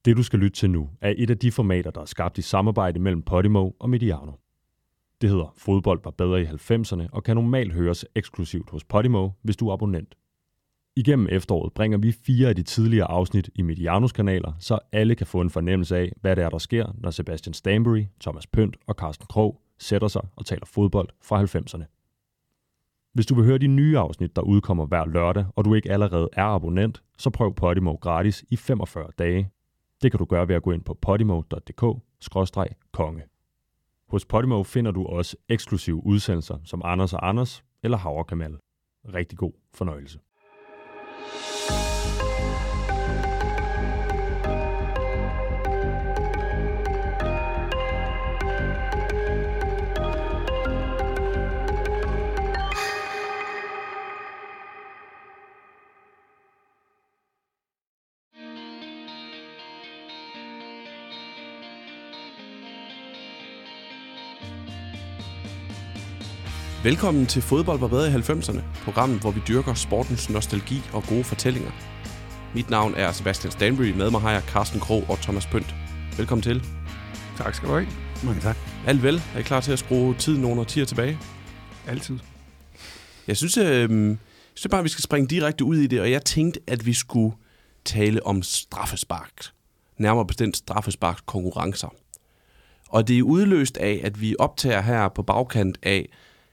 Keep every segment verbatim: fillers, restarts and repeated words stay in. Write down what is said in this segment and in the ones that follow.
Det, du skal lytte til nu, er et af de formater, der er skabt i samarbejde mellem Podimo og Mediano. Det hedder Fodbold var bedre i halvfemserne og kan normalt høres eksklusivt hos Podimo, hvis du er abonnent. Igennem efteråret bringer vi fire af de tidligere afsnit i Medianos kanaler, så alle kan få en fornemmelse af, hvad det er, der sker, når Sebastian Stanbury, Thomas Pønt og Carsten Krog sætter sig og taler fodbold fra halvfemserne. Hvis du vil høre de nye afsnit, der udkommer hver lørdag, og du ikke allerede er abonnent, så prøv Podimo gratis i femogfyrre dage. Det kan du gøre ved at gå ind på podimo punktum dk skråstreg konge. Hos Podimo finder du også eksklusive udsendelser som Anders og Anders eller Havrekamel. Rigtig god fornøjelse. Velkommen til Fodbold var bedre i halvfemserne, programmet, hvor vi dyrker sportens nostalgi og gode fortællinger. Mit navn er Sebastian Stanbury, med mig har jeg Carsten Krog og Thomas Pønt. Velkommen til. Tak skal du have. Mange tak. Alt vel? Er I klar til at skrue tiden nogle årtier tilbage? Altid. Jeg synes, øh, jeg synes bare, at vi skal springe direkte ud i det, og jeg tænkte, at vi skulle tale om straffespark. Nærmere bestemt straffesparkskonkurrencer. Og det er udløst af, at vi optager her på bagkant af,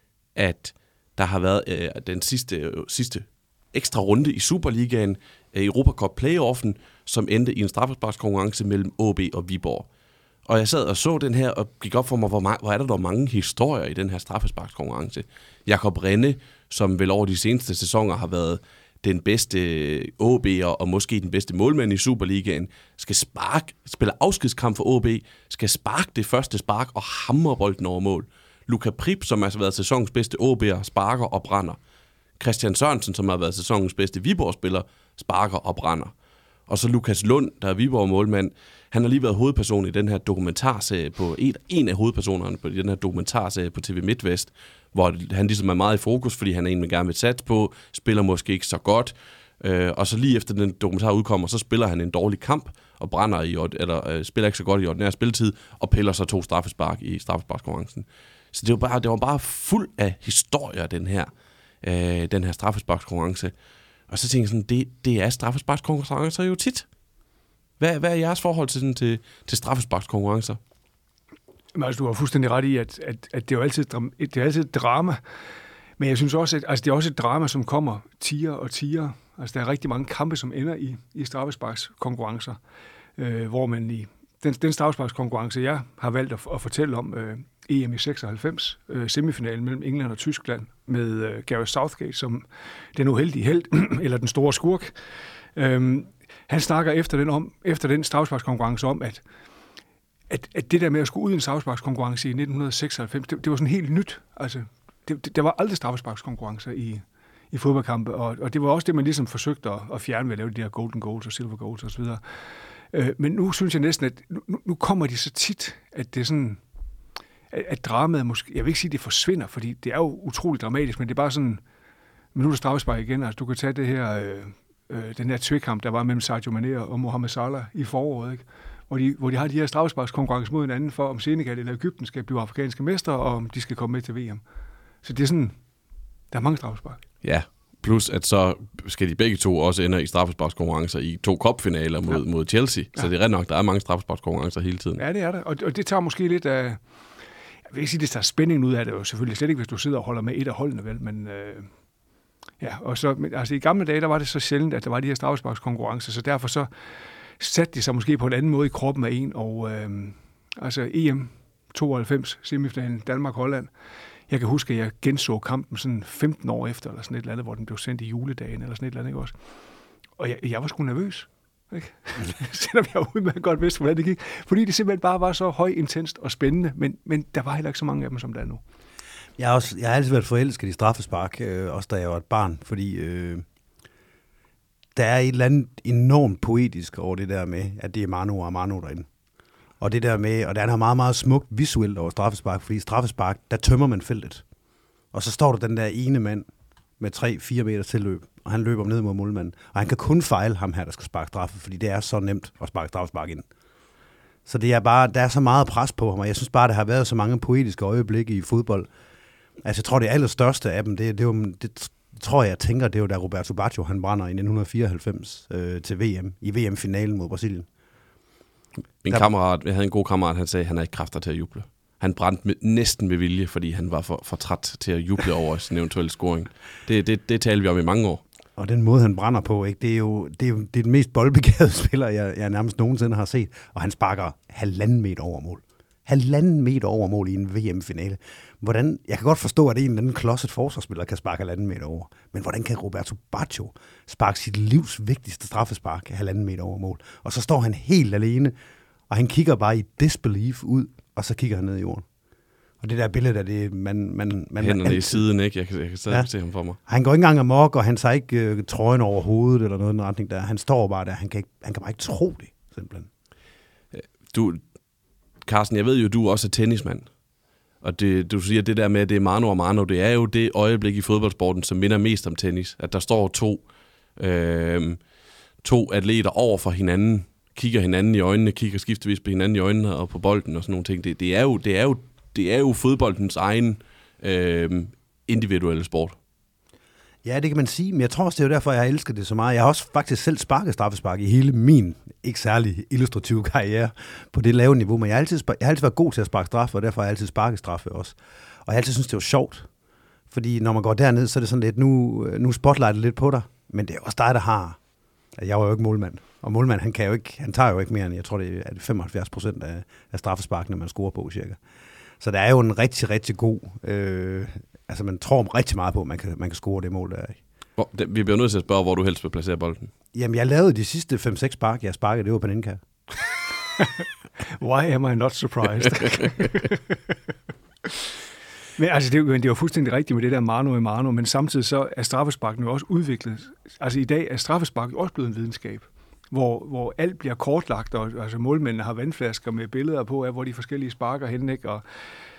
at der har været øh, den sidste, øh, sidste ekstra runde i Superligaen, øh, Europa Cup Playoffen, som endte i en straffesparkskonkurrence mellem A B og Viborg. Og jeg sad og så den her, og gik op for mig, hvor, ma- hvor er der dog mange historier i den her straffesparkskonkurrence. Jakob Renne, som vel over de seneste sæsoner har været den bedste A B'er og måske den bedste målmand i Superligaen, skal sparke, spiller afskedskamp for A B, skal sparke det første spark og hamre bolden over mål. Luka Prip, som har været sæsonens bedste A B'er, sparker og brænder. Christian Sørensen, som har været sæsonens bedste Viborg-spiller, sparker og brænder. Og så Lukas Lund, der er Viborg-målmand, han har lige været hovedperson i den her dokumentarserie på, en, en af hovedpersonerne på den her dokumentarserie på T V MidtVest, hvor han ligesom er meget i fokus, fordi han egentlig gerne vil satse på, spiller måske ikke så godt. Øh, og så lige efter den dokumentar udkommer, så spiller han en dårlig kamp, og brænder i, eller øh, spiller ikke så godt i ordinær spilletid, og piller så to straffespark i straffesparkskonkurrencen. Så det var bare, det var bare fuld af historier, den her, øh, den her straffesparkskonkurrence. Og så tænkte jeg sådan, det, det er straffesparkskonkurrencer jo tit. Hvad, hvad er jeres forhold til, sådan, til, til straffesparkskonkurrencer? Men altså, du har fuldstændig ret i, at, at, at det er jo altid, det er altid et drama. Men jeg synes også, at altså, det er også et drama, som kommer tiger og tiger. Altså, der er rigtig mange kampe, som ender i, i straffesparkskonkurrencer, øh, hvor man i den, den straffesparkskonkurrence, jeg har valgt at, at fortælle om, øh, E M i seksoghalvfems, øh, semifinalen mellem England og Tyskland, med øh, Gareth Southgate som den uheldige helt eller den store skurk. Øhm, han snakker efter den, om, efter den straffesparkskonkurrence om, at, at, at det der med at skulle ud i en straffesparkskonkurrence i nitten seksoghalvfems, det, det var sådan helt nyt. Altså, det, det, der var aldrig straffesparkskonkurrencer i, i fodboldkampe, og, og det var også det, man ligesom forsøgte at, at fjerne ved at lave de her golden goals og silver goals osv. Øh, men nu synes jeg næsten, at nu, nu kommer de så tit, at det er sådan, at dramaet måske, jeg vil ikke sige, at det forsvinder, fordi det er jo utroligt dramatisk, men det er bare sådan, men nu er der straffespark igen, altså du kan tage det her, øh, øh, den her tvekamp, der var mellem Sadio Mané og Mohamed Salah i foråret, ikke? Hvor, de, hvor de har de her straffesparkskonkurrencer mod hinanden for, om Senegal eller Egypten skal blive afrikanske mestre, og om de skal komme med til V M. Så det er sådan, der er mange straffespark. Ja, plus at så skal de begge to også ende i straffesparkskonkurrencer i to cupfinaler mod, ja. mod Chelsea, så ja. Det er ret nok, der er mange straffesparkskonkurrencer hele tiden. Ja, det er der, og, og det tager måske lidt af, jeg vil ikke sige, det tager spændingen ud af det, jo selvfølgelig slet ikke, hvis du sidder og holder med et af holdene, vel, men øh, ja, og så, men, altså i gamle dage, der var det så sjældent, at der var de her straffesparkskonkurrencer, så derfor så satte de sig måske på en anden måde i kroppen af en, og øh, altså E M tooghalvfems, semifinalen, Danmark-Holland. Jeg kan huske, at jeg genså kampen sådan femten år efter, eller sådan et eller andet, hvor den blev sendt i juledagen, eller sådan et eller andet, ikke også? Og jeg, jeg var sgu nervøs, ikke? Selvom jeg udmærket godt vidste, hvordan det gik. Fordi det simpelthen bare var så høj, intenst og spændende, men, men der var heller ikke så mange af dem, som der er nu. Jeg har, også, jeg har altid været forelsket i straffespark, øh, også da jeg var et barn, fordi øh, der er et eller andet enormt poetisk over det der med, at det er Manu og Manu derinde. Og det der med, og der er meget, meget smukt visuelt over straffespark, fordi straffespark, der tømmer man feltet. Og så står der den der ene mand med tre fire meter tilløb, og han løber ned mod målmanden. Og han kan kun fejle ham her, der skal sparke straffe, fordi det er så nemt at sparke straffespark ind. Så det er bare, der er så meget pres på ham, og jeg synes bare, der har været så mange poetiske øjeblikke i fodbold. Altså, jeg tror, det allerstørste af dem, det, det, det, det tror jeg, jeg tænker, det er jo, da Roberto Baggio, han brænder i nitten fireoghalvfems øh, til V M, i V M-finalen mod Brasilien. Min der... kammerat, jeg havde en god kammerat, han sagde, at han havde ikke kræfter til at juble. Han brændte med, næsten med vilje, fordi han var for, for træt til at juble over sin eventuelle scoring. Det, det, det talte vi om i mange år. Og den måde, han brænder på, ikke, det er jo det er jo det er den mest boldbegavede spiller, jeg, jeg nærmest nogensinde har set. Og han sparker halvanden meter over mål. Halvanden meter over mål i en V M-finale. Hvordan, jeg kan godt forstå, at en eller anden klodset forsvarsspiller kan sparke halvanden meter over. Men hvordan kan Roberto Baggio sparke sit livs vigtigste straffespark halvanden meter over mål? Og så står han helt alene, og han kigger bare i disbelief ud, og så kigger han ned i jorden. Og det der billede, der det man... man, man Hænderne altid, i siden, ikke? Jeg kan, jeg kan stadig ja. se ham for mig. Han går ikke engang amok, og han tager ikke øh, trøjen over hovedet, eller noget i den retning der. Han står bare der. Han kan, ikke, han kan bare ikke tro det, simpelthen. Du, Carsten, jeg ved jo, du også er tennismand. Og det, du siger, det der med, at det er mano og mano, det er jo det øjeblik i fodboldsporten, som minder mest om tennis. At der står to, øh, to atleter over for hinanden, kigger hinanden i øjnene, kigger skiftevis på hinanden i øjnene og på bolden og sådan nogle ting. Det, det, er, jo, det, er, jo, det er jo fodboldens egen øh, individuelle sport. Ja, det kan man sige, men jeg tror også, det er jo derfor, jeg har elsket det så meget. Jeg har også faktisk selv sparket straffespark i hele min ikke særlig illustrative karriere på det lave niveau, men jeg har altid, jeg har altid været god til at sparke straffe, og derfor har jeg altid sparket straffe også. Og jeg har altid synes det var sjovt, fordi når man går derned, så er det sådan lidt, nu, nu spotlighter lidt på dig, men det er også dig, der har. Jeg var jo ikke målmand, og målmand, han, kan jo ikke, han tager jo ikke mere end, jeg tror, det er femoghalvfjerds procent af, af straffesparkene, man scorer på cirka. Så der er jo en rigtig, rigtig god... Øh, altså, man tror rigtig meget på, at man kan, man kan score det mål der. Hvor, det, vi bliver nødt til at spørge, hvor du helst vil placere bolden. Jamen, jeg lavede de sidste fem seks spark, jeg sparkede, det var Panenka. Why am I not surprised? Men altså, det, det var fuldstændig rigtigt med det der mano i mano, men samtidig så er straffesparken jo også udviklet. Altså, i dag er straffespark også blevet en videnskab, hvor, hvor alt bliver kortlagt, og altså, målmændene har vandflasker med billeder på, af, hvor de forskellige sparker hen, ikke? Og,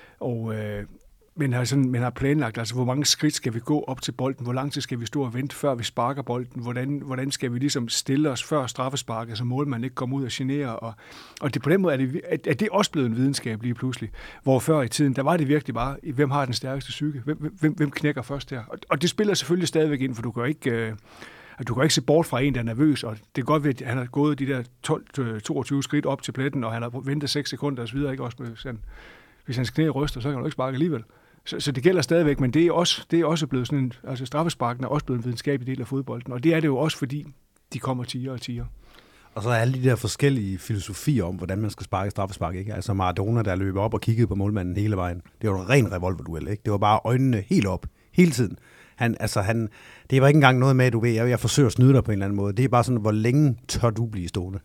og øh, men har, sådan, man har planlagt, altså hvor mange skridt skal vi gå op til bolden, hvor lang tid skal vi stå og vente, før vi sparker bolden, hvordan, hvordan skal vi ligesom stille os før straffesparket, så målmanden ikke kommer ud og generer. Og, og det, på den måde er det, er det også blevet en videnskab lige pludselig, hvor før i tiden, der var det virkelig bare, hvem har den stærkeste psyke, hvem, hvem, hvem knækker først der. Og, og det spiller selvfølgelig stadigvæk ind, for du kan ikke... Øh, Du kan ikke se bort fra en, der er nervøs, og det kan godt være, at han har gået de der tolv til toogtyve skridt op til pletten, og han har ventet seks sekunder og så videre, ikke? Også hvis, han, hvis hans knæ ryster, så kan han ikke sparke alligevel. Så, så det gælder stadigvæk, men det er også, det er også blevet sådan en, altså straffesparken er også blevet en videnskabelig del af fodbolden, og det er det jo også, fordi de kommer tiere og tiere. Og så er alle de der forskellige filosofier om, hvordan man skal sparke straffespark, ikke? Altså Maradona, der løber op og kiggede på målmanden hele vejen. Det var en ren revolverduel, ikke? Det var bare øjnene helt op, hele tiden. Han, altså han, det var ikke engang noget med, du ved, jeg, jeg forsøger at snyde dig på en eller anden måde. Det er bare sådan, hvor længe tør du blive stående?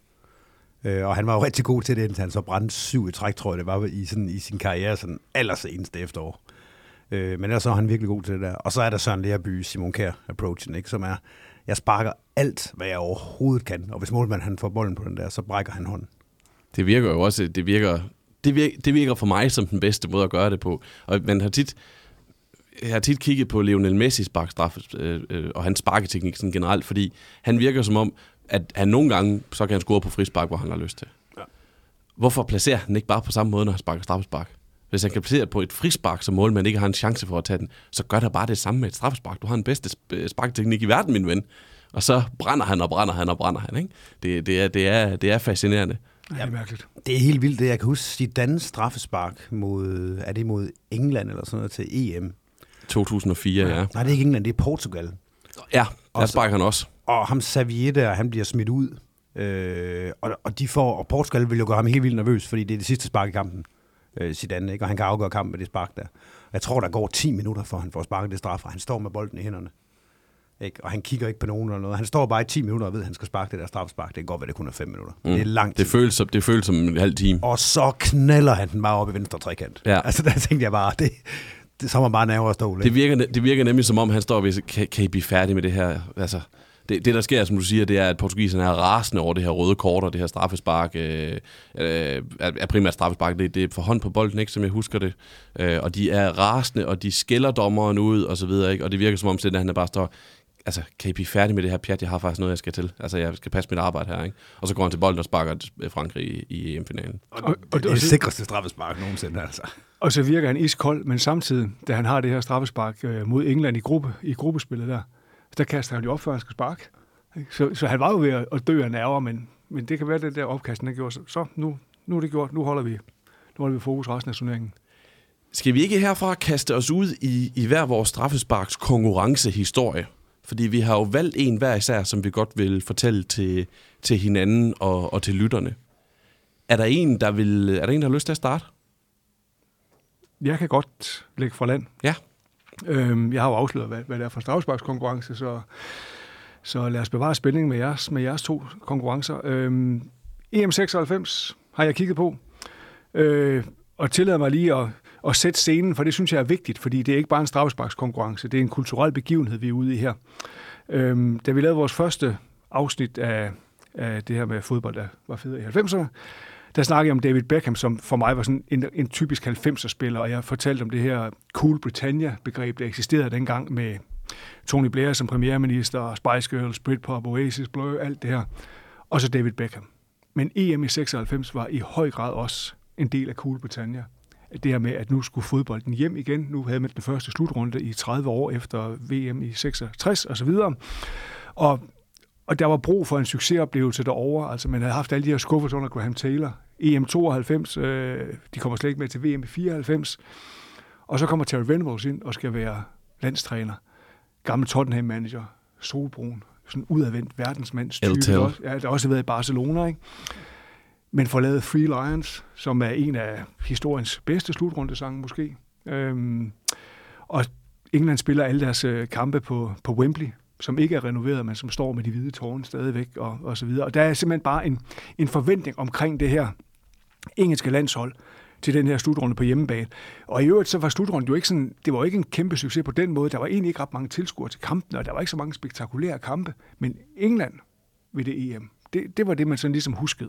Øh, og han var jo rigtig god til det, indtil han så brændte syv i træk, tror jeg, det var i, sådan, i sin karriere, sådan allerseneste efterår. Øh, men ellers så er han virkelig god til det der. Og så er der Søren Lerby, Simon Kjær-approachen, ikke, som er, jeg sparker alt, hvad jeg overhovedet kan. Og hvis målmanden han får bolden på den der, så brækker han hånden. Det virker jo også, det virker, det virker, det virker for mig som den bedste måde at gøre det på. Og man har tit... Jeg har tit kigget på Lionel Messis sparkstraffe øh, øh, og hans sparketeknik sådan generelt, fordi han virker som om, at han nogle gange, så kan han score på frispark, hvor han har lyst til. Ja. Hvorfor placerer han ikke bare på samme måde, når han sparker straffespark? Hvis han kan placere på et frispark, så målmanden ikke har en chance for at tage den, så gør der bare det samme med et straffespark. Du har den bedste sparketeknik i verden, min ven. Og så brænder han og brænder han og brænder han. Ikke? Det, det, er, det, er, det er fascinerende. Ja, det er mærkeligt. Det er helt vildt, det jeg kan huske. Zidane straffespark mod, er det mod England eller sådan noget til E M? to tusind og fire, ja. ja. Nej, det er ikke England, det er Portugal. Ja, der sparker han også. Og ham Xavier der, han bliver smidt ud. Øh, og, og, de får, og Portugal vil jo gøre ham helt vildt nervøs, fordi det er det sidste spark i kampen. Øh, Zidane, ikke? Og han kan afgøre kampen med det spark der. Jeg tror, der går ti minutter, for han får sparket det straf, og han står med bolden i hænderne. Ikke? Og han kigger ikke på nogen eller noget. Han står bare i ti minutter og ved, at han skal sparke det der straffespark. Det kan godt være, det kun er fem minutter. Mm. Det er lang tid. Det føles, som, det føles som en halv time. Og så knalder han den bare op i venstre trekant. Ja. Altså, der tænkte jeg bare, det... Det, så var bare nerver at stå. Det virker, det virker nemlig som om, han står og siger, kan, kan I blive færdige med det her? Altså, Det, det, der sker, som du siger, det er, at portugiserne er rasende over det her røde kort, og det her straffespark øh, øh, er primært straffespark. Det, det er for hånd på bolden, ikke, som jeg husker det. Øh, og de er rasende, og de skælder dommeren ud, og så videre, ikke? Og det virker som om, at han bare står, altså, kan I blive færdig med det her pjat? Jeg har faktisk noget, jeg skal til. Altså, jeg skal passe mit arbejde her, ikke? Og så går han til bolden og sparker Frankrig i, i E M-finalen. Og, og, og det er det sikreste straffespark nogensinde, altså. Og så virker han iskold, men samtidig, da han har det her straffespark øh, mod England i, gruppe, i gruppespillet der, der kaster han jo op, før han skal sparke. Så, så han var jo ved at dø af nerver, men, men det kan være, det der opkast, den gjorde. Så nu, nu er det gjort. Nu holder vi, nu holder vi fokus resten af turneringen. Skal vi ikke herfra kaste os ud i, i hver vores straffesparks konkurrencehistorie? Fordi vi har jo valgt en hver især, som vi godt vil fortælle til, til hinanden og, og til lytterne. Er der en, der vil, er der en, der har lyst til at starte? Jeg kan godt lægge for land. Ja. Øhm, jeg har jo afsløret, hvad, hvad det er for en straffesparkskonkurrence, så, så lad os bevare spændingen med jeres, med jeres to konkurrencer. Øhm, E M seksoghalvfems har jeg kigget på, øh, og tillader mig lige at, at sætte scenen, for det synes jeg er vigtigt, fordi det er ikke bare en straffesparkskonkurrence, det er en kulturel begivenhed, vi er ude i her. Øhm, da vi lavede vores første afsnit af, af det her med fodbold, der var fedt i halvfemserne, der snakkede jeg om David Beckham, som for mig var sådan en, en typisk halvfemser-spiller, og jeg fortalte om det her Cool Britannia-begreb, der eksisterede dengang med Tony Blair som premierminister, Spice Girls, Britpop, Oasis, Blur, alt det her, og så David Beckham. Men E M i seksoghalvfems var i høj grad også en del af Cool Britannia. Det her med, at nu skulle fodbolden hjem igen. Nu havde man den første slutrunde i tredive år efter V M i seksogtres og så videre. Og Og der var brug for en succesoplevelse derovre. Altså, man havde haft alle de her skuffelser under Graham Taylor. E M tooghalvfems, øh, de kommer slet ikke med til V M i fireoghalvfems. Og så kommer Terry Venables ind og skal være landstræner. Gammel Tottenham-manager, solbrun, sådan udadvendt verdensmandstype. Der, ja, der også været i Barcelona, ikke? Men får lavet Three Lions, som er en af historiens bedste slutrundesange måske. Øhm, og England spiller alle deres øh, kampe på, på Wembley, som ikke er renoveret, men som står med de hvide tårne stadigvæk, og, og så videre. Og der er simpelthen bare en, en forventning omkring det her engelske landshold til den her slutrunde på hjemmebane. Og i øvrigt så var slutrunden jo ikke sådan, det var jo ikke en kæmpe succes på den måde. Der var egentlig ikke ret mange tilskuere til kampen, og der var ikke så mange spektakulære kampe. Men England ved det E M, det, det var det, man sådan ligesom huskede.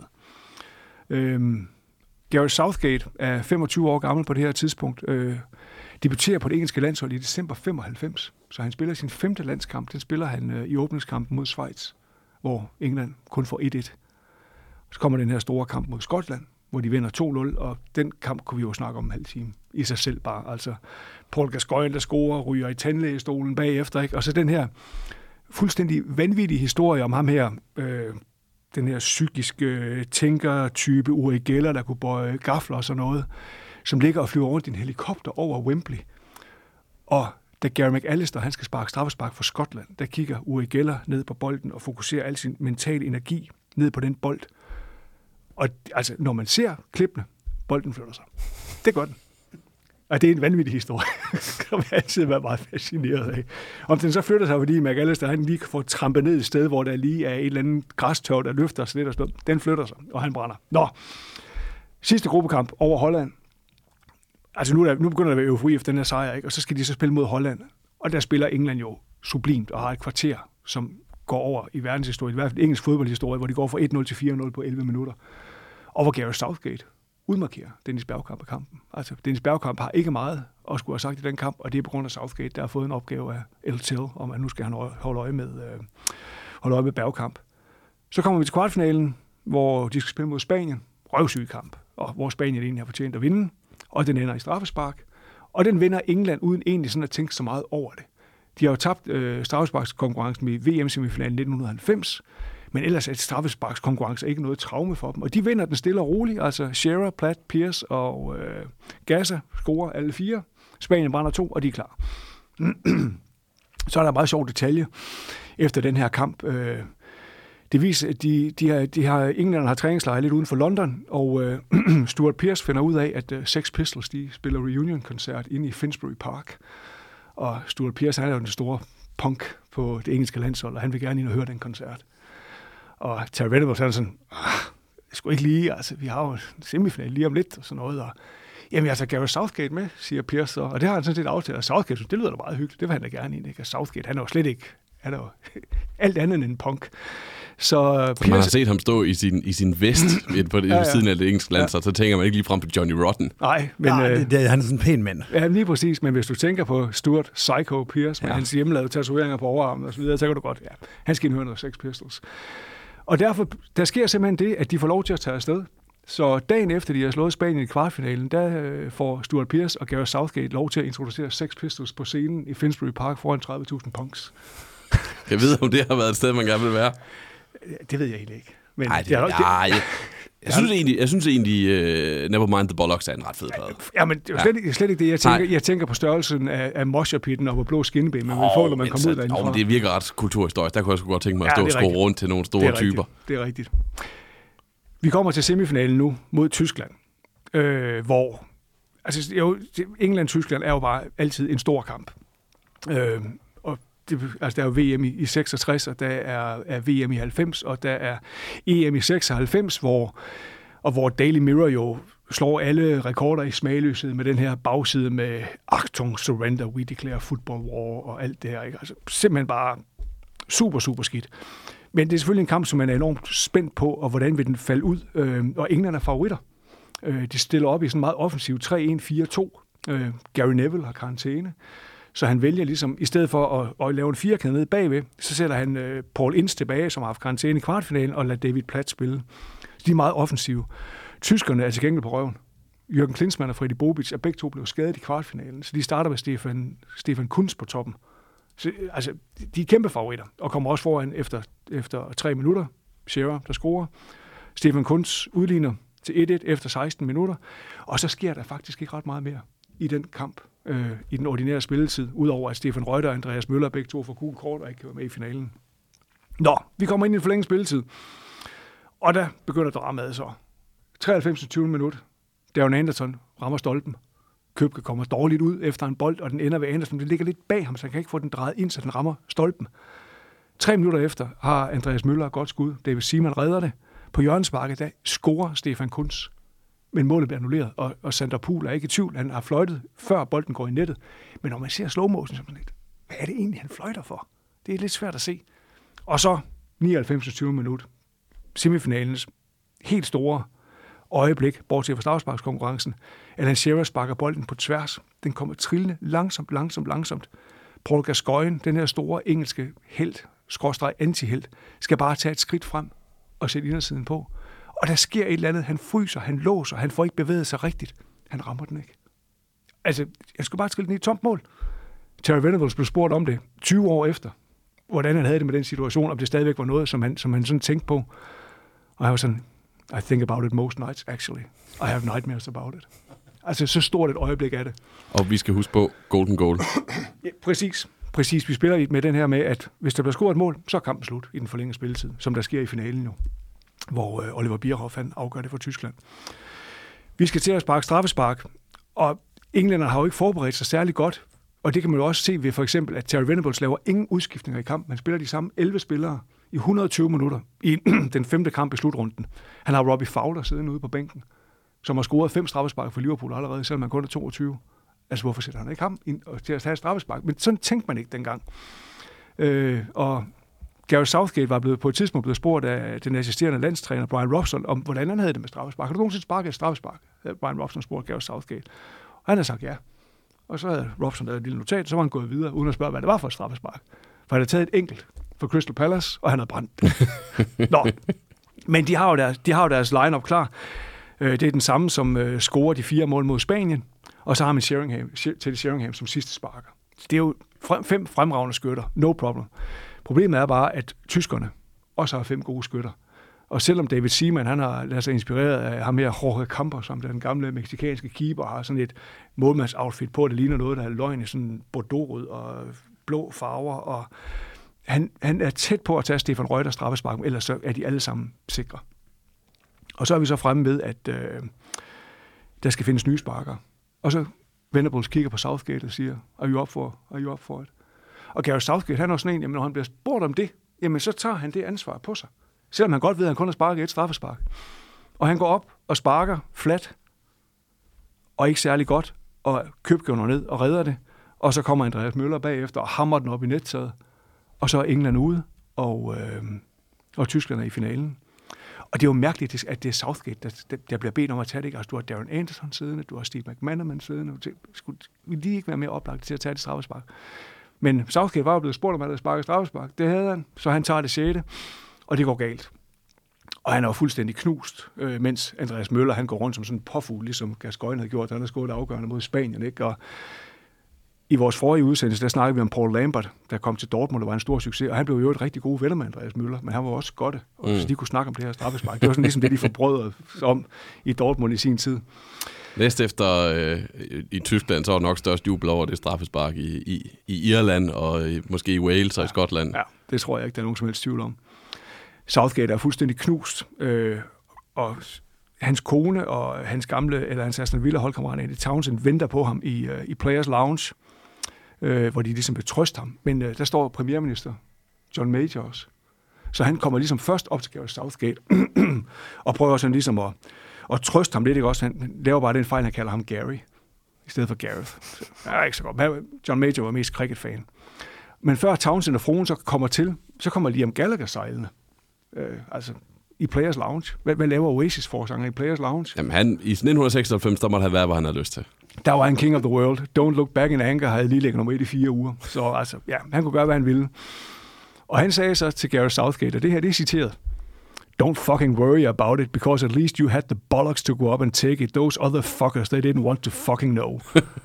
Øhm, Gareth Southgate er femogtyve år gammel på det her tidspunkt. Øh, debuterer på det engelske landshold i december femoghalvfems. Så han spiller sin femte landskamp. Den spiller han øh, i åbningskampen mod Schweiz, hvor England kun får et et. Så kommer den her store kamp mod Skotland, hvor de vinder to nul, og den kamp kunne vi jo snakke om en halv time i sig selv bare. Altså Paul Gascoigne, der scorer, ryger i tandlægestolen bagefter, ikke? Og så den her fuldstændig vanvittige historie om ham her, øh, den her psykiske øh, tænker-type Uri Geller, der kunne bøje gafler og sådan noget, som ligger og flyver rundt i en helikopter over Wembley. Og da Gary McAllister, han skal sparke straffespark for Skotland, der kigger Uri Geller ned på bolden og fokuserer al sin mentale energi ned på den bold. Og altså, når man ser klippene, bolden flytter sig. Det gør den. Og det er en vanvittig historie, som jeg altid været meget fascineret af. Om den så flytter sig, fordi McAllister, han lige får trampet ned et sted, hvor der lige er et eller andet græstørv, der løfter sig lidt og sådan noget. Den flytter sig, og han brænder. Nå, sidste gruppekamp over Holland. Altså nu, der, nu begynder der at være eufori efter den her sejr, ikke? Og så skal de så spille mod Holland. Og der spiller England jo sublimt og har et kvarter, som går over i verdenshistorien, i hvert fald engelsk fodboldhistorie, hvor de går fra et nul til fire nul på elleve minutter. Og hvor Gareth Southgate udmarkerer Dennis Bergkamp af kampen. Altså, Dennis Bergkamp har ikke meget at skulle have sagt i den kamp, og det er på grund af Southgate, der har fået en opgave af El Tel, om at nu skal han holde øje med, øh, holde øje med Bergkamp. Så kommer vi til kvartfinalen, hvor de skal spille mod Spanien. Røvsyg kamp, og hvor Spanien egentlig har fortjent at vinde, og den ender i straffespark. Og den vinder England uden egentlig sådan at tænke så meget over det. De har jo tabt øh, straffesparkskonkurrencen i V M-semifinalen nitten halvfems, men ellers er straffesparkskonkurrence ikke noget traume for dem. Og de vinder den stille og roligt. Altså Shearer, Platt, Pierce og øh, Gaza scorer alle fire. Spanien brænder to, og de er klar. Så er der en meget sjov detalje efter den her kamp. Øh, det viser, at de, de har, de har, England har træningslejre lidt uden for London, og øh, Stuart Pearce finder ud af, at øh, Sex Pistols de spiller reunion-koncert inde i Finsbury Park. Og Stuart Pearce, han er jo den store punk på det engelske landshold, og han vil gerne ind og høre den koncert. Og Terry Venables er sådan, det skulle ikke lige, altså vi har jo en semifinal lige om lidt og sådan noget. Og, jamen jeg tager Gareth Southgate med, siger Pearce, og det har han sådan set aftalt. Og Southgate, det lyder da meget hyggeligt, det vil han da gerne ind, ikke? Og Southgate, han er jo slet ikke, han er jo alt andet end en punk. Så Pierce... Man har set ham stå i sin, i sin vest på det, ja, ja. siden af det engelske land, ja. så tænker man ikke lige frem på Johnny Rotten. Nej, men... Ja, øh, det, det, han er sådan en pæn mand. Ja, lige præcis, men hvis du tænker på Stuart Psycho Pierce, med ja. hans hjemmelavede tatoveringer på overarmen og så videre, så kan du godt, ja, han skal indhøre noget Sex Pistols. Og derfor, der sker simpelthen det, at de får lov til at tage afsted. Så dagen efter, de har slået Spanien i kvartfinalen, der øh, får Stuart Pearce og Gareth Southgate lov til at introducere Sex Pistols på scenen i Finsbury Park foran tredive tusind punks. Jeg ved, om det har været et sted, man gerne vil være. Det ved jeg egentlig ikke. Men Ej, det, det er nok, ja, jeg, jeg synes egentlig, jeg synes egentlig uh, Nevermind the Bollocks er en ret fed plade. Ja, men det er jo slet, ja. slet ikke det. Jeg tænker, jeg tænker på størrelsen af, af moshapitten og på blå skinben, man oh, får, når man kommer ud derindefra. Oh, det virker ret kulturhistorisk. Der kunne jeg sgu godt tænke mig at ja, stå og skrue rundt til nogle store det typer. Rigtigt. Det er rigtigt. Vi kommer til semifinalen nu mod Tyskland, øh, hvor altså, jo, England-Tyskland er jo bare altid en stor kamp. Øh, og det, altså, der er jo V M i, i seksogtres, og der er, er V M i halvfems, og der er E M i seksoghalvfems, hvor, og hvor Daily Mirror jo slår alle rekorder i smagløshed med den her bagside med Achtung, surrender, we declare football war og alt det her. Ikke? Altså, simpelthen bare super, super skidt. Men det er selvfølgelig en kamp, som man er enormt spændt på, og hvordan vil den falde ud. Øh, og England er favoritter. Øh, de stiller op i sådan en meget offensiv tre en fire to. Øh, Gary Neville har karantæne, så han vælger ligesom, i stedet for at, at lave en firekæde ned bagved, så sætter han øh, Paul Ince tilbage, som har haft karantæne i kvartfinalen, og lader David Platt spille. Så de er meget offensive. Tyskerne er til gengæld på røven. Jürgen Klinsmann og Freddy Bobic er begge to blevet skadet i kvartfinalen, så de starter med Stefan, Stefan Kuntz på toppen. Så, altså, de er kæmpe favoritter, og kommer også foran efter, efter tre minutter. Shearer, der scorer. Stefan Kuntz udligner til et et efter seksten minutter. Og så sker der faktisk ikke ret meget mere i den kamp, øh, i den ordinære spilletid, udover at Stefan Reuter og Andreas Møller begge to får gul kort og ikke kan være med i finalen. Nå, vi kommer ind i en forlænget spilletid. Og der begynder dramaet så. treoghalvfems tyve minut. Darren Anderson rammer stolpen. Købke kommer dårligt ud efter en bold, og den ender ved Anderson. Det ligger lidt bag ham, så han kan ikke få den drejet ind, så den rammer stolpen. Tre minutter efter har Andreas Møller et godt skud. David Seaman redder det. På hjørnesparket, der scorer Stefan Kuntz. Men målet bliver annulleret, og, og Sander Pool er ikke i tvivl. Han har fløjtet, før bolden går i nettet. Men når man ser slow motion, så er man lidt, hvad er det egentlig, han fløjter for? Det er lidt svært at se. Og så nioghalvfems tyve minut. Semifinalens helt store øjeblik, bortset fra straffesparkskonkurrencen. Alan Shearer sparker bolden på tværs. Den kommer trillende langsomt, langsomt, langsomt. Paul Gascoigne, den her store engelske helt, skråstreg anti-helt, skal bare tage et skridt frem og sætte indersiden på. Og der sker et eller andet. Han fryser, han låser, han får ikke bevæget sig rigtigt. Han rammer den ikke. Altså, jeg skulle bare trille den i et tomt mål. Terry Venables blev spurgt om det tyve år efter, hvordan han havde det med den situation, om det stadigvæk var noget, som han, som han sådan tænkte på. Og han var sådan, I think about it most nights, actually. I have nightmares about it. Altså, så stort et øjeblik af det. Og vi skal huske på golden goal. Ja, præcis. Præcis. Vi spiller med den her med, at hvis der bliver scoret et mål, så er kampen slut i den forlængede spilletid, som der sker i finalen nu, hvor øh, Oliver Bierhoff han afgør det for Tyskland. Vi skal til at sparke straffespark, og englænderne har jo ikke forberedt sig særlig godt, og det kan man jo også se ved for eksempel, at Terry Venables laver ingen udskiftninger i kampen. Han spiller de samme elleve spillere i et hundrede og tyve minutter i den femte kamp i slutrunden. Han har Robbie Fowler siddende ude på bænken, som har scoret fem straffespark for Liverpool allerede, selvom han kun er toogtyve. Altså, hvorfor sætter han ikke ham ind til at tage straffespark? Men sådan tænkte man ikke dengang. Øh, og Gareth Southgate var blevet, på et tidspunkt blevet spurgt af den assisterende landstræner Brian Robson om, hvordan han havde det med straffespark. Har du nogensinde sparket et straffespark? Brian Robson spurgte Gareth Southgate. Og han havde sagt ja. Og så havde Robson lavet et lille notat, så var han gået videre, uden at spørge, hvad det var for et straffespark. For han havde taget et enkelt for Crystal Palace, og han havde brændt det. Nå, men de har jo deres, de har jo deres line-up klar. Det er den samme, som uh, scorer de fire mål mod Spanien, og så har man Sheringham, Teddy Sheringham som sidste sparker. Det er jo frem, fem fremragende skytter, no problem. Problemet er bare, at tyskerne også har fem gode skytter. Og selvom David Seaman, han har ladet sig inspireret af ham her Jorge Campos, som den gamle mexikanske keeper, har sådan et målmandsoutfit på, det ligner noget, der er løgn i sådan bordeaux og blå farver, og han, han er tæt på at tage Stefan Reuter straffespark, ellers så er de alle sammen sikre. Og så er vi så fremme ved, at øh, der skal findes nye sparker. Og så Venables kigger på Southgate og siger, are you up for, are you up for it? Og Gareth Southgate, han er også sådan en, jamen når han bliver spurgt om det, jamen så tager han det ansvar på sig. Selvom han godt ved, at han kun har sparket et straffespark. Og han går op og sparker flat, og ikke særlig godt, og Købke går ned og redder det. Og så kommer Andreas Møller bagefter og hammer den op i nettaget. og så er England ude, og, øh, og Tyskland er i finalen. Og det er jo mærkeligt, at det er Southgate, der, der bliver bedt om at tage det. Altså, du har Darren Anderson siddende, du har Steve McManaman siddende. Skulle vi lige ikke være mere oplagt til at tage det straffespark? Men Southgate var jo blevet spurgt, om han havde sparket straffespark. Det havde han, så han tager det sjette, og det går galt. Og han er jo fuldstændig knust, øh, mens Andreas Møller, han går rundt som sådan en påfugl, ligesom Gascoigne havde gjort. Han har skåret afgørende mod Spanien, ikke? Og i vores forrige udsendelse, der snakkede vi om Paul Lambert, der kom til Dortmund og var en stor succes, og han blev jo et rigtig god venner med Andreas Møller, men han var også godt, og mm. så de kunne snakke om det her straffespark. Det var sådan ligesom det, de forbrødrede om i Dortmund i sin tid. Næst efter øh, i Tyskland, så var der nok størst jubel over det straffespark i, i, i Irland, og i, måske i Wales og ja, i Skotland. Ja, det tror jeg ikke, der er nogen som helst tvivl om. Southgate er fuldstændig knust, øh, og hans kone og hans gamle, eller hans Aston Villa holdkammerat Andy Townsend venter på ham i, uh, i Players Lounge, øh, hvor de ligesom vil trøste ham. Men øh, der står premierminister John Major også. Så han kommer ligesom først op til Gareth Southgate, og prøver sådan ligesom at, at trøste ham lidt, ikke også? Han laver bare den fejl, han kalder ham Gary, i stedet for Gareth. Så, ja, ikke så godt. John Major var mest cricket-fan. Men før Townsend og fruen så kommer til, så kommer Liam Gallagher sejlende. Øh, altså i Players Lounge. Hvad, hvad laver Oasis-forsanger i Players Lounge? Jamen han, i nitten seksoghalvfems, der måtte han være, hvor han havde lyst til. Der var en king of the world. Don't Look Back in Anger havde lige ligget nummer et i fire uger. Så altså, ja, han kunne gøre, hvad han ville. Og han sagde så til Gareth Southgate, og det her, det er citeret: "Don't fucking worry about it, because at least you had the bollocks to go up and take it. Those other fuckers, they didn't want to fucking know."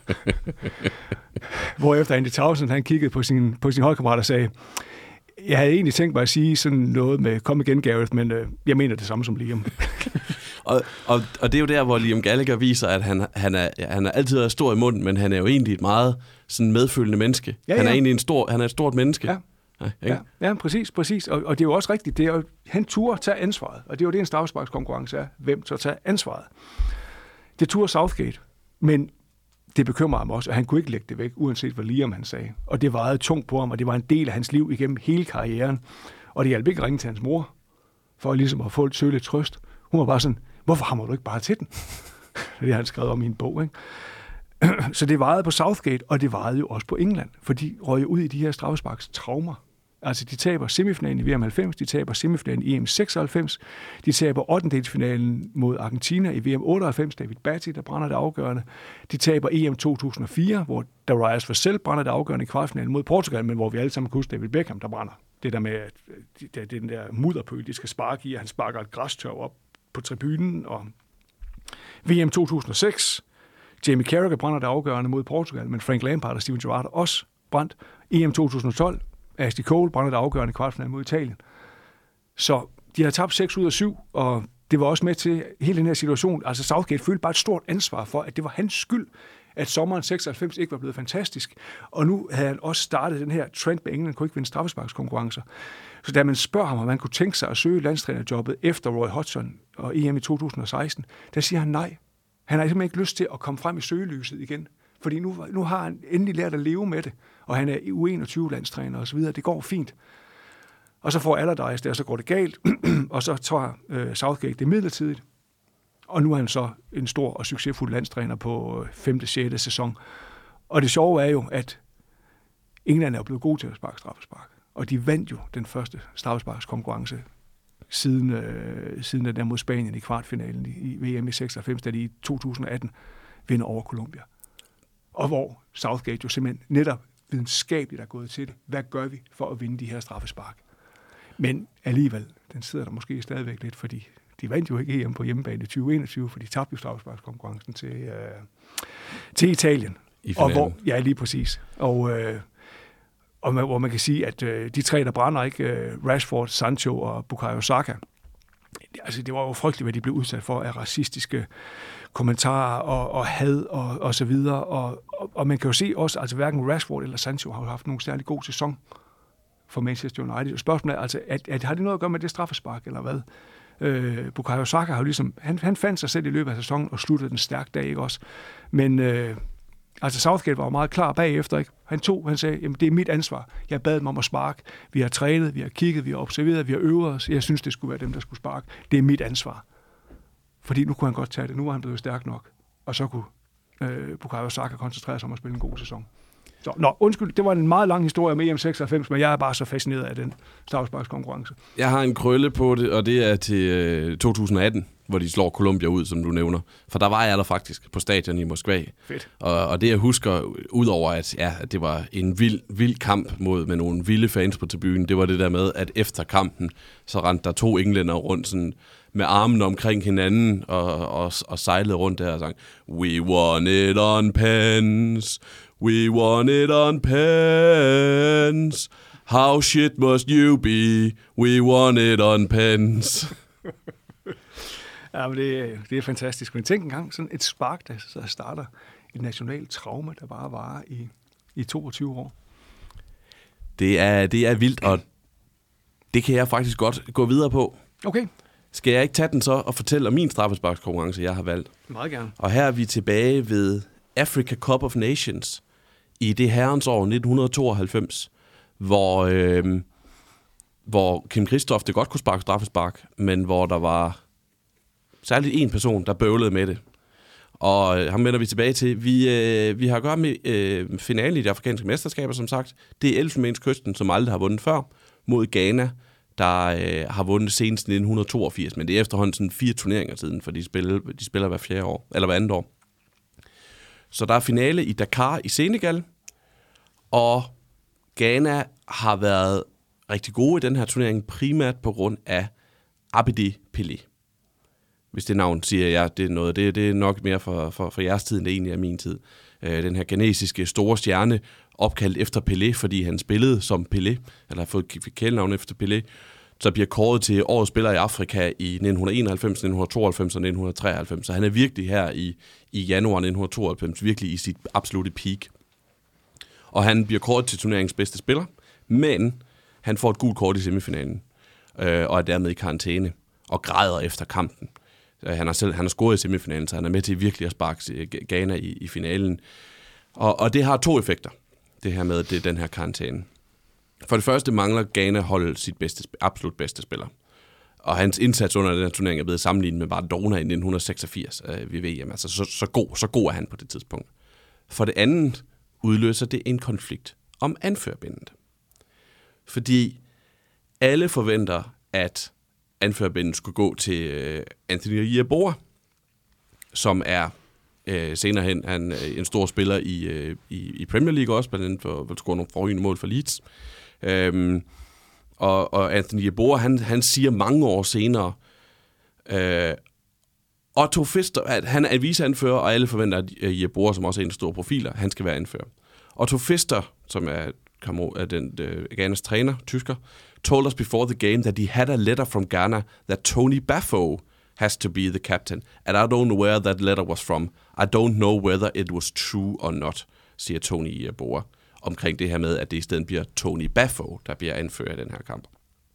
Hvorefter Andy Townsend, han kiggede på sin, på sin holdkammerat og sagde: "Jeg havde egentlig tænkt mig at sige sådan noget med, kom igen Gareth, men øh, jeg mener det samme som Liam." og, og, og det er jo der, hvor Liam Gallagher viser, at han, han, er, han er altid er stor i munden, men han er jo egentlig et meget sådan medfølende menneske. Ja, ja. Han er egentlig en stor, han er et stort menneske. Ja. Ja, ja, ja, præcis, præcis. Og, og det er jo også rigtigt. Det er jo, han turde tage ansvaret, og det er jo det, en straffesparkskonkurrence er. Hvem tør tage ansvaret? Det turde Southgate, men det bekymrer ham også, at han kunne ikke lægge det væk, uanset hvad Liam han sagde. Og det vejede tungt på ham, og det var en del af hans liv igennem hele karrieren. Og det hjalp ikke at ringe til hans mor, for ligesom at få et søligt trøst. Hun var bare sådan, hvorfor hammer du ikke bare til den? Det har han skrevet om i en bog, ikke? Så det vejede på Southgate, og det vejede jo også på England, for de røg ud i de her straffesparks traumer. Altså, de taber semifinalen i V M halvfems, de taber semifinalen i E M seksoghalvfems, de taber ottendedelsfinalen mod Argentina i V M otteoghalvfems, David Batty, der brænder det afgørende. De taber E M to tusind og fire, hvor Darius Vassell brænder det afgørende i kvartfinalen mod Portugal, men hvor vi alle sammen kan huske David Beckham, der brænder. Det der med, at det er den der mudderpøl, de skal sparke i, og han sparker et græstørv op på tribunen. Og V M to tusind og seks, Jamie Carragher brænder det afgørende mod Portugal, men Frank Lampard og Steven Gerrard også brændt. E M to tusind og tolv, Ashley Cole brænder det afgørende kvartfinale mod Italien. Så de har tabt seks ud af syv, og det var også med til hele den her situation. Altså Southgate følte bare et stort ansvar for, at det var hans skyld, at sommeren seksoghalvfems ikke var blevet fantastisk. Og nu havde han også startet den her trend med England, kunne ikke vinde straffesparkskonkurrencer. Så da man spørger ham, om han kunne tænke sig at søge landstrænerjobbet efter Roy Hodgson og E M i to tusind og seksten, der siger han nej. Han har simpelthen ikke lyst til at komme frem i søgelyset igen. Fordi nu, nu har han endelig lært at leve med det, og han er U enogtyve-landstræner osv. Det går fint. Og så får Allardyce det, og så går det galt, og så tager øh, Southgate det midlertidigt. Og nu er han så en stor og succesfuld landstræner på femte sjette sæson. Og det sjove er jo, at England er blevet gode til at sparke straffespark. Og de vandt jo den første straffesparkskonkurrence siden, øh, siden den der mod Spanien i kvartfinalen i, i V M i seksoghalvfems, da de i to tusind og atten vinder over Colombia. Og hvor Southgate jo simpelthen netop videnskabeligt er gået til det. Hvad gør vi for at vinde de her straffespark? Men alligevel, den sidder der måske stadigvæk lidt, fordi de vandt jo ikke E M på hjemmebane i tyve enogtyve, for de tabte jo straffesparkskonkurrencen til, øh, til Italien. I og hvor, ja, lige præcis. Og, øh, og man, hvor man kan sige, at øh, de tre, der brænder, ikke, øh, Rashford, Sancho og Bukayo Saka, altså det var jo frygteligt, hvad de blev udsat for af racistiske kommentarer og, og had og, og så videre. Og, og, og man kan jo se også, altså hverken Rashford eller Sancho har jo haft nogen særlig god sæson for Manchester United. Og spørgsmålet er altså, at, at har det noget at gøre med det straffespark, eller hvad? Øh, Bukayo Saka har jo ligesom, han, han fandt sig selv i løbet af sæsonen og sluttede den stærk dag, ikke også? Men øh, altså Southgate var jo meget klar bagefter, ikke? Han tog, han sagde, jamen det er mit ansvar. Jeg bad dem om at sparke. Vi har trænet, vi har kigget, vi har observeret, vi har øvet os. Jeg synes, det skulle være dem, der skulle sparke. Det er mit ansvar. Fordi nu kunne han godt tage det. Nu var han blevet stærk nok. Og så kunne øh, Bukayo Saka koncentrere sig om at spille en god sæson. Så, nå, undskyld, det var en meget lang historie med E M seksoghalvfems, men jeg er bare så fascineret af den straffesparkskonkurrence. Jeg har en krølle på det, og det er til øh, to tusind atten, hvor de slår Colombia ud, som du nævner. For der var jeg der faktisk på stadion i Moskva. Fedt. Og, og det jeg husker, udover at, ja, at det var en vild, vild kamp mod, med nogle vilde fans på tribunen, det var det der med, at efter kampen, så rendte der to englænder rundt sådan, med armen omkring hinanden og, og, og sejlede rundt der og sang, "We won it on pens, we won it on pens, how shit must you be, we won it on pens." Ja, men det, det er fantastisk. Men tænk engang, sådan et spark, der så starter et nationalt traume, der bare varer i, i toogtyve år. Det er, det er vildt, og det kan jeg faktisk godt gå videre på. Okay. Skal jeg ikke tage den så og fortælle om min straffesparkskonkurrence, jeg har valgt? Meget gerne. Og her er vi tilbage ved Africa Cup of Nations i det herrens år nitten tooghalvfems, hvor, øh, hvor Kim Christoph det godt kunne sparke straffespark, men hvor der var særligt en person, der bøvlede med det. Og øh, ham vender vi tilbage til. Vi, øh, vi har at gøre med øh, finale i de afrikanske mesterskaber, som sagt. Det er Elfenbenskysten, som aldrig har vundet før, mod Ghana, der øh, har vundet senest nitten toogfirs, men det er efterhånden sådan fire turneringer siden, for de spiller, de spiller hver fjerde år, eller hver andet år. Så der er finale i Dakar i Senegal, og Ghana har været rigtig gode i den her turnering, primært på grund af Abedi Pelé. Hvis det navn siger jeg, det er noget, det, det er nok mere for, for, for jeres tid, end det egentlig er min tid. Øh, den her ghanesiske store stjerne, opkaldt efter Pelé, fordi han spillede som Pelé, eller har fået kælenavn efter Pelé, så bliver kåret til årets spiller i Afrika i nitten enoghalvfems, nitten tooghalvfems og nitten treoghalvfems. Så han er virkelig her i, i januar nitten tooghalvfems, virkelig i sit absolute peak. Og han bliver kåret til turneringens bedste spiller, men han får et gult kort i semifinalen, øh, og er dermed i karantæne, og græder efter kampen. Han har, selv, han har scoret i semifinalen, så han er med til virkelig at sparke Ghana i, i finalen. Og, og det har to effekter, det her med det, den her karantæne. For det første mangler Ghana holde sit bedste, absolut bedste spiller. Og hans indsats under den her turnering er blevet sammenlignet med Maradona i nitten seksogfirs øh, ved V M. Altså så, så, god, så god er han på det tidspunkt. For det andet udløser det en konflikt om anførerbindet. Fordi alle forventer, at anførerbindet skulle gå til øh, Anthony Yeboah, som er øh, senere hen han, øh, en stor spiller i, øh, i, i Premier League også, blandt andet for at score nogle forrygende mål for Leeds. Øhm, og, og Anthony Yeboah, han, han siger mange år senere, øh, Otto Pfister, at han er viceanfører, og alle forventer, at Yeboah, som også er en stor profiler, han skal være anfører. Otto Pfister, som er, er den uh, Ghanas træner, tysker, told us before the game that he had a letter from Ghana that Tony Baffoe has to be the captain, and I don't know where that letter was from. I don't know whether it was true or not, siger Tony Yeboah, omkring det her med, at det i stedet bliver Tony Baffoe, der bliver anfører i den her kamp.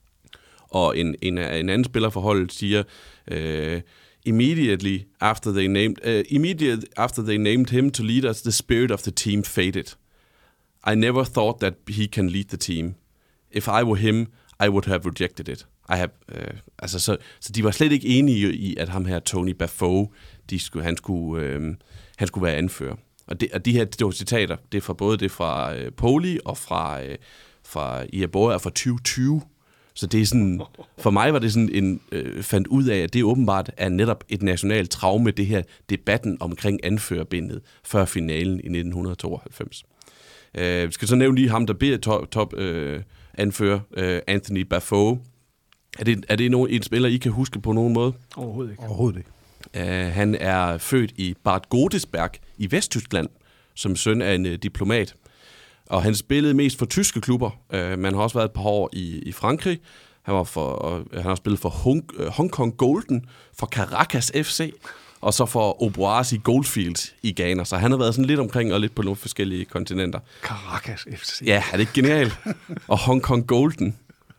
Og en, en, en anden spiller for holdet siger, uh, immediately after they named uh, immediately after they named him to lead us, the spirit of the team faded. I never thought that he can lead the team. If I were him, I would have rejected it. I have, uh, altså så, så de var slet ikke enige i, at ham her Tony Baffoe, de skulle, han skulle, øh, han skulle være anfører. Og, det, og de her de citater, det er fra både det fra øh, Poli og fra øh, fra Yeboah fra tyve tyve. Så det er sådan, for mig var det sådan en øh, fandt ud af, at det åbenbart er netop et nationalt traume, det her debatten omkring anførerbindet før finalen i nitten tooghalvfems. Øh, vi skal så nævne lige ham, der bliver top, top øh, anfører, øh, Anthony Baffoe. Er det, er det nogen, en spiller, I kan huske på nogen måde? Overhovedet ikke. Overhovedet ikke. Uh, han er født i Bad Godesberg i Vesttyskland, som søn af en uh, diplomat. Og han spillede mest for tyske klubber. Uh, man har også været et par år i, i Frankrig. Han, var for, uh, han har spillet for Hong, uh, Hong Kong Golden, for Caracas F C, og så for Obuasi Goldfields i Ghana. Så han har været sådan lidt omkring og lidt på nogle forskellige kontinenter. Caracas F C. Ja, er det ikke genialt? Og Hong Kong Golden.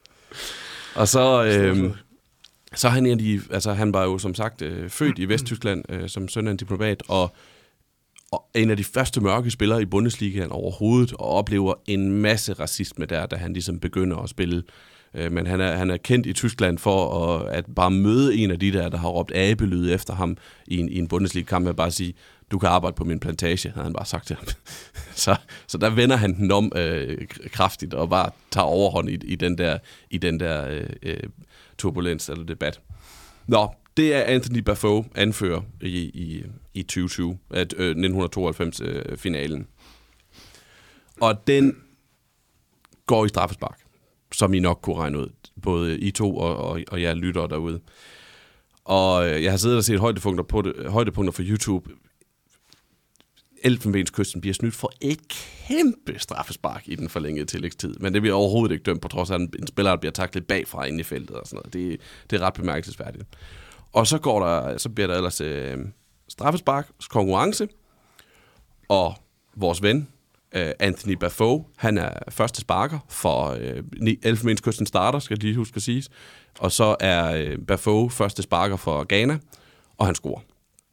Og så... Øh, Så han, en de, altså, han var jo som sagt øh, født i Vesttyskland øh, som søn af en diplomat, og, og en af de første mørke spillere i Bundesligaen overhovedet, og oplever en masse racisme der, da han ligesom begynder at spille Øh, men han er, han er kendt i Tyskland for at, at bare møde en af de der, der har råbt abelyde efter ham i en, i en Bundesliga-kamp, med at bare sige, du kan arbejde på min plantage, havde han bare sagt til ham. så, så der vender han den om øh, kraftigt, og bare tager overhånd i, i den der, i den der øh, turbulens eller debat. Nå, det er Anthony Baffoe, anfører i, i, i tyve tyve, øh, nitten tooghalvfems-finalen. Øh, og den går i straffespark, som I nok kunne regne ud, både I to og, og, og jeg lytter derude. Og jeg har siddet og set højdepunkter, på det, højdepunkter for YouTube. Elfenbenskysten bliver snydt for et kæmpe straffespark i den forlængede tillægstid. Men det bliver overhovedet ikke dømt, på trods af, at en spiller der bliver taklet bagfra inde i feltet og sådan noget. Det, det er ret bemærkelsesværdigt. Og så, går der, så bliver der ellers øh, straffespark, konkurrence, og vores ven, øh, Anthony Baffoe, han er første sparker for øh, Elfenbenskysten starter, skal de huske at siges. Og så er øh, Baffoe første sparker for Ghana, og han scorer.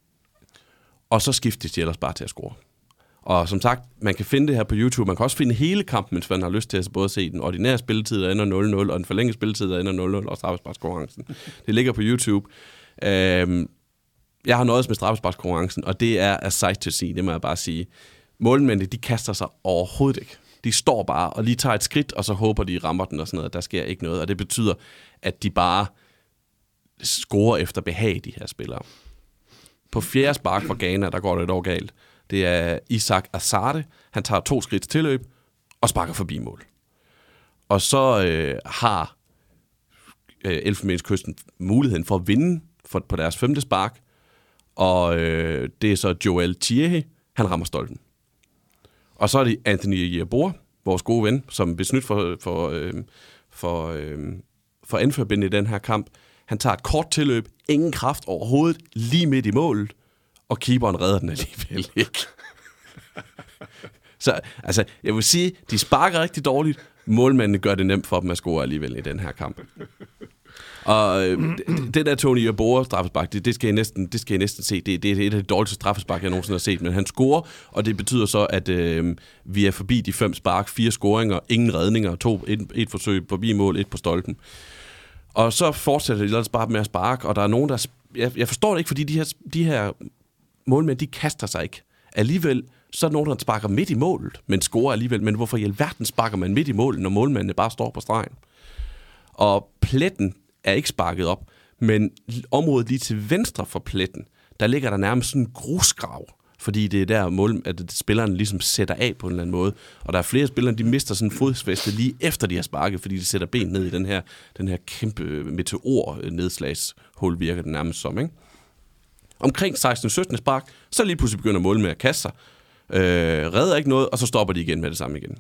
Og så skiftes de ellers bare til at score. Og som sagt, man kan finde det her på YouTube. Man kan også finde hele kampen, hvis man har lyst til at både se den ordinære spilletid, der ender nul nul, og den forlængede spilletid, der ender nul nul, og straffesparkskonkurrencen. Det ligger på YouTube. Øhm, jeg har nøjes med straffesparkskonkurrencen, og det er a sight to see, det må jeg bare sige. Målmændene, de kaster sig overhovedet ikke. De står bare og lige tager et skridt, og så håber de rammer den og sådan noget. Der sker ikke noget, og det betyder, at de bare scorer efter behag, de her spillere. På fjerde spark for Ghana, der går det et år galt. Det er Isaac Azarte. Han tager to skridt til tilløb og sparker forbi mål. Og så øh, har øh, Elfenbenskysten muligheden for at vinde for, på deres femte spark. Og øh, det er så Joel Thierry. Han rammer stolpen. Og så er det Anthony Yeboah, vores gode ven, som blev snydt for, for, øh, for, øh, for anførbind i den her kamp. Han tager et kort tilløb, ingen kraft overhovedet, lige midt i målet, og keeperen redder den alligevel ikke. Så altså, jeg vil sige, de sparker rigtig dårligt. Målmændene gør det nemt for dem at score alligevel i den her kamp. Og øh, det, det der Tony Yeboah straffespark, det, det, skal I næsten, det skal I næsten se. Det, det er et af de dårligste straffespark, jeg nogensinde har set. Men han scorer, og det betyder så, at øh, vi er forbi de fem spark, fire scoringer, ingen redninger, to, et, et forsøg forbi mål, et på stolpen. Og så fortsætter de ellers bare med at sparke, og der er nogen, der... Jeg, jeg forstår det ikke, fordi de her, de her målmænd, de kaster sig ikke. Alligevel, så er der nogen, der sparker midt i målet, men scorer alligevel. Men hvorfor i alverden sparker man midt i målet, når målmændene bare står på stregen? Og pletten er ikke sparket op, men området lige til venstre for pletten, der ligger der nærmest sådan en grusgrav, fordi det er der, mål, at spilleren ligesom sætter af på en eller anden måde. Og der er flere spillere, de mister sådan en fodfæste lige efter de har sparket, fordi de sætter ben ned i den her, den her kæmpe meteor-nedslagshul, virker det nærmest som, ikke? Omkring seksten sytten spark, så lige pludselig begynder målet med at kaste sig. Øh, redder ikke noget, og så stopper de igen med det samme igen.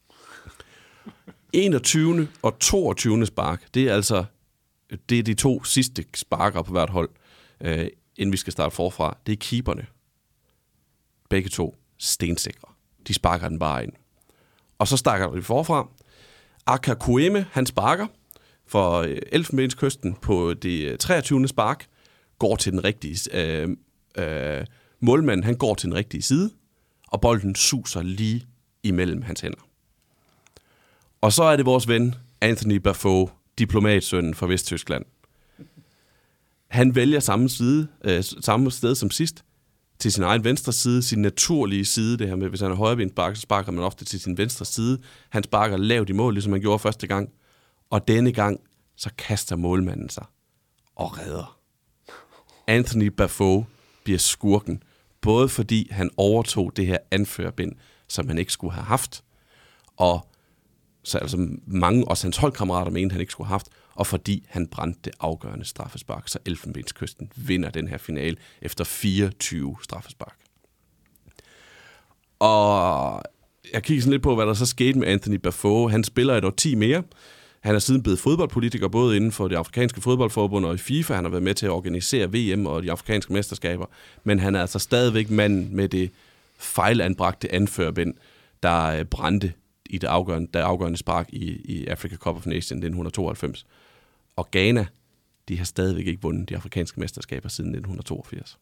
enogtyvende og toogtyvende spark, det er altså det er de to sidste sparker på hvert hold, øh, inden vi skal starte forfra. Det er keeperne. Begge to stensikre. De sparker den bare ind. Og så starter de forfra. Aka Kueme, han sparker for Elfenbenskysten på det treogtyvende spark, går til den rigtige øh, øh, målmanden, han går til den rigtige side, og bolden suser lige imellem hans hænder. Og så er det vores ven, Anthony Baffoe, diplomatsønnen fra Vesttyskland. Han vælger samme, side, øh, samme sted som sidst, til sin egen venstre side, sin naturlige side, det her med, hvis han er højrebenet sparker, så sparker man ofte til sin venstre side. Han sparker lavt i mål, ligesom han gjorde første gang. Og denne gang, så kaster målmanden sig og redder. Anthony Baffoe bliver skurken, både fordi han overtog det her anførbind, som han ikke skulle have haft, og så altså mange, også hans holdkammerater, mente, han ikke skulle have haft, og fordi han brændte det afgørende straffespark, så Elfenbenskysten vinder den her finale efter fireogtyve straffespark. Og jeg kigger sådan lidt på, hvad der så skete med Anthony Baffoe. Han spiller et årti mere. Han er siden blevet fodboldpolitiker, både inden for det afrikanske fodboldforbund og i FIFA. Han har været med til at organisere V M og de afrikanske mesterskaber. Men han er altså stadigvæk manden med det fejlanbragte anførbind, der brændte i det afgørende, det afgørende spark i, i Africa Cup of Nations nitten tooghalvfems. Og Ghana, de har stadigvæk ikke vundet de afrikanske mesterskaber siden nitten toogfirs.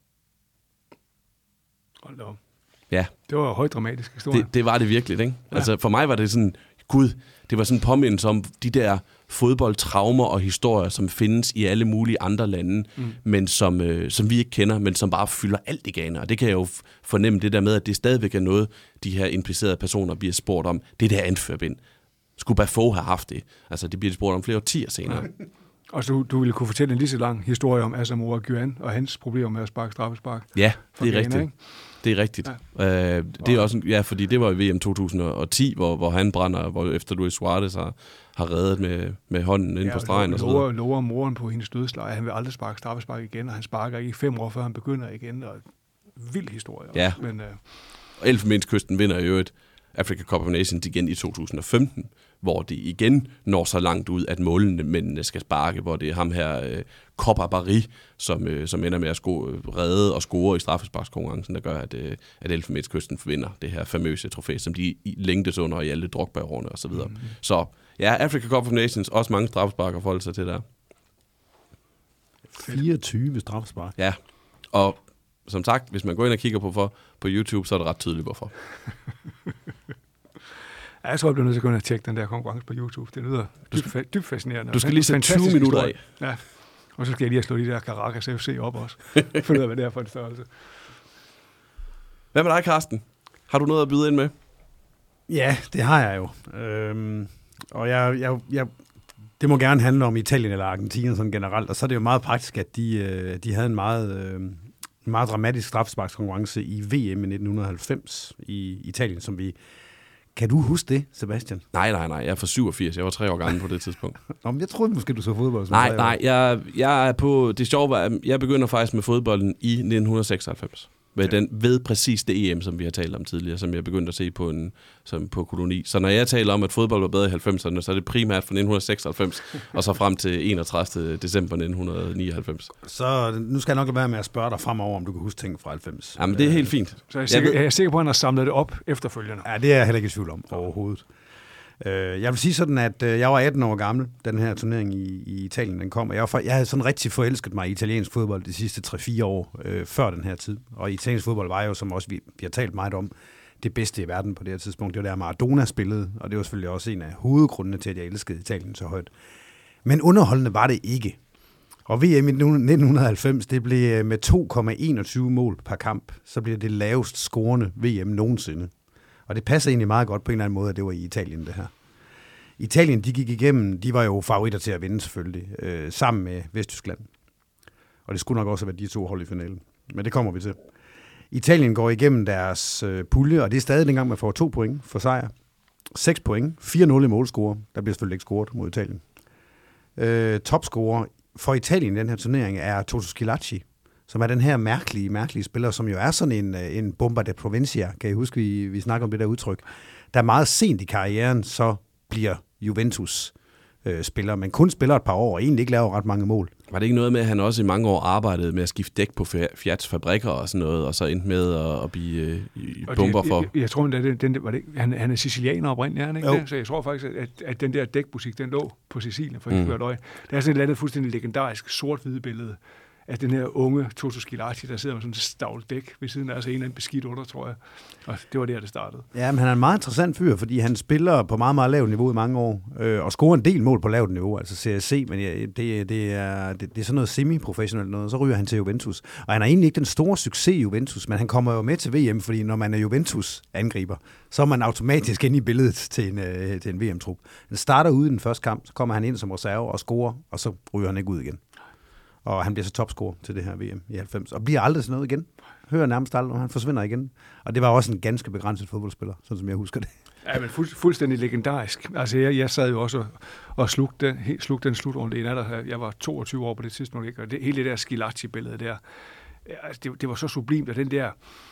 Hold da op. Ja. Det var en højt dramatisk historie. Det, det var det virkelig, ikke? Ja. Altså for mig var det sådan, Gud, det var sådan en påmindelse om de der fodboldtraumer og historier, som findes i alle mulige andre lande, mm. men som, øh, som vi ikke kender, men som bare fylder alt i Ghana. Og det kan jeg jo fornemme det der med, at det stadigvæk er noget, de her implicerede personer bliver spurgt om. Det der anførbind. Skulle Bafo have haft det? Altså, det bliver spurgt om flere årtier senere. Ja. Og så du, du ville kunne fortælle en lige så lang historie om Asamoah Gyan og hans problemer med at sparke straffespark. Ja, det er Ghana, rigtigt. Ikke? Det er rigtigt. Ja. Øh, det er også, ja, fordi det var i V M to tusind og ti, hvor, hvor han brænder, hvor efter Luis Suarez har, har reddet med, med hånden inde ja, på stregen og så videre. Lover moren på hendes dødsleje, han vil aldrig sparke straffespark igen, og han sparker ikke fem år, før han begynder igen. Og vild historie. Ja, men, øh... og Elfenbenskysten vinder jo et Africa Cup of Nations igen i to tusind og femten, hvor det igen når så langt ud, at målmændene skal sparke, hvor det er ham her, øh, Copper Barry, som, øh, som ender med at sko- redde og score i straffesparkskonkurrencen, der gør, at, øh, at Elfenbenskysten vinder det her famøse trofæ, som de længtes under i alle Drogba-årene og så videre. Mm-hmm. Så ja, Africa Cup of Nations, også mange straffespark at forholde sig til der. fireogtyve straffespark. Ja, og som sagt, hvis man går ind og kigger på, for, på YouTube, så er det ret tydeligt, hvorfor. Ja, jeg tror, jeg bliver nødt til at gå ind og tjekke den der konkurrence på YouTube. Det lyder dybt, dybt fascinerende. Du skal lige sætte tyve minutter af. Ja, og så skal jeg lige have slået de der Caracas F C op også. Finde ud af, hvad det er for en størrelse. Hvad med dig, Carsten? Har du noget at byde ind med? Ja, det har jeg jo. Øhm, og jeg, jeg, jeg, det må gerne handle om Italien eller Argentina sådan generelt. Og så er det jo meget praktisk, at de, øh, de havde en meget, øh, en meget dramatisk straffesparkskonkurrence i V M i nitten halvfems i Italien, som vi... Kan du huske det, Sebastian? Nej, nej, nej. Jeg er fra syvogfirs. Jeg var tre år gammel på det tidspunkt. Nå, men jeg troede måske, du så fodbold. Som nej, nej. Jeg, jeg er på... Det sjove var, at jeg begynder faktisk med fodbolden i nitten seksoghalvfems. Ved, ja. den, ved præcis det E M, som vi har talt om tidligere, som jeg begyndte at se på, en, som på koloni. Så når jeg taler om, at fodbold var bedre i halvfemserne, så er det primært fra nitten seksoghalvfems og så frem til enogtredivte december nitten nioghalvfems. Så nu skal jeg nok lade være med at spørge dig fremover, om du kan huske ting fra halvfems. Jamen, det er helt fint. Så jeg er, sikker, jeg er sikker på, at han har samlet det op efterfølgende. Ja, det er jeg heller ikke i tvivl om overhovedet. Jeg vil sige sådan, at jeg var atten år gammel, den her turnering i, i Italien, den kom. Og jeg, var, jeg havde sådan rigtig forelsket mig i italiensk fodbold de sidste tre fire år øh, før den her tid. Og italiensk fodbold var jo, som også vi, vi har talt meget om, det bedste i verden på det her tidspunkt. Det var der Maradona spillede, og det var selvfølgelig også en af hovedgrundene til, at jeg elskede Italien så højt. Men underholdende var det ikke. Og V M i nitten halvfems, det blev med to komma enogtyve mål per kamp, så blev det lavest scorende V M nogensinde. Og det passer egentlig meget godt på en eller anden måde, at det var i Italien, det her. Italien, de gik igennem, de var jo favoritter til at vinde selvfølgelig, øh, sammen med Vesttyskland. Og det skulle nok også have været de to hold i finalen. Men det kommer vi til. Italien går igennem deres øh, pulje, og det er stadig dengang, man får to point for sejr. seks point, fire nul i målscore. Der bliver selvfølgelig ikke scoret mod Italien. Øh, topscorer for Italien i den her turnering er Toto Schillaci, som er den her mærkelige, mærkelige spiller, som jo er sådan en, en bomba de provincia. Kan I huske, vi, vi snakker om det der udtryk? Der er meget sent i karrieren, så bliver Juventus øh, spiller, men kun spiller et par år, og egentlig ikke laver ret mange mål. Var det ikke noget med, at han også i mange år arbejdede med at skifte dæk på Fiats fabrikker og sådan noget, og så endte med at, at blive øh, bomber for? Jeg, jeg, jeg tror, at den, den, var det, han, han er sicilianer oprindeligt, er han ikke det? Så jeg tror faktisk, at, at den der dækbutik, den lå på Sicilien for ikke mm. Det er sådan et andet fuldstændig legendarisk sort-hvide billede af den her unge Toto Schillaci, der sidder med sådan en stavlet dæk ved siden af, altså en eller anden beskidt under, tror jeg. Og det var der, det startede. Ja, men han er en meget interessant fyr, fordi han spiller på meget, meget lavt niveau i mange år, øh, og scorer en del mål på lavt niveau, altså C S C, men ja, det, det, er, det, det er sådan noget semi-professionelt noget, så ryger han til Juventus. Og han er egentlig ikke den store succes i Juventus, men han kommer jo med til V M, fordi når man er Juventus-angriber, så er man automatisk inde i billedet til en, øh, til en V M-trup. Han starter ude i den første kamp, så kommer han ind som reserve og scorer, og så ryger han ikke ud igen. Og han bliver så topscorer til det her V M i halvfems, og bliver aldrig sådan noget igen. Hører nærmest aldrig, og han forsvinder igen. Og det var også en ganske begrænset fodboldspiller, sådan som jeg husker det. Ja, men fuld, fuldstændig legendarisk. Altså, jeg, jeg sad jo også og, og slugte den, helt, slugte den slutrunde. En af der, jeg var toogtyve år på det tidspunkt, ikke? Og det, hele det der Schillaci-billede der, altså, det, det var så sublimt, at den der...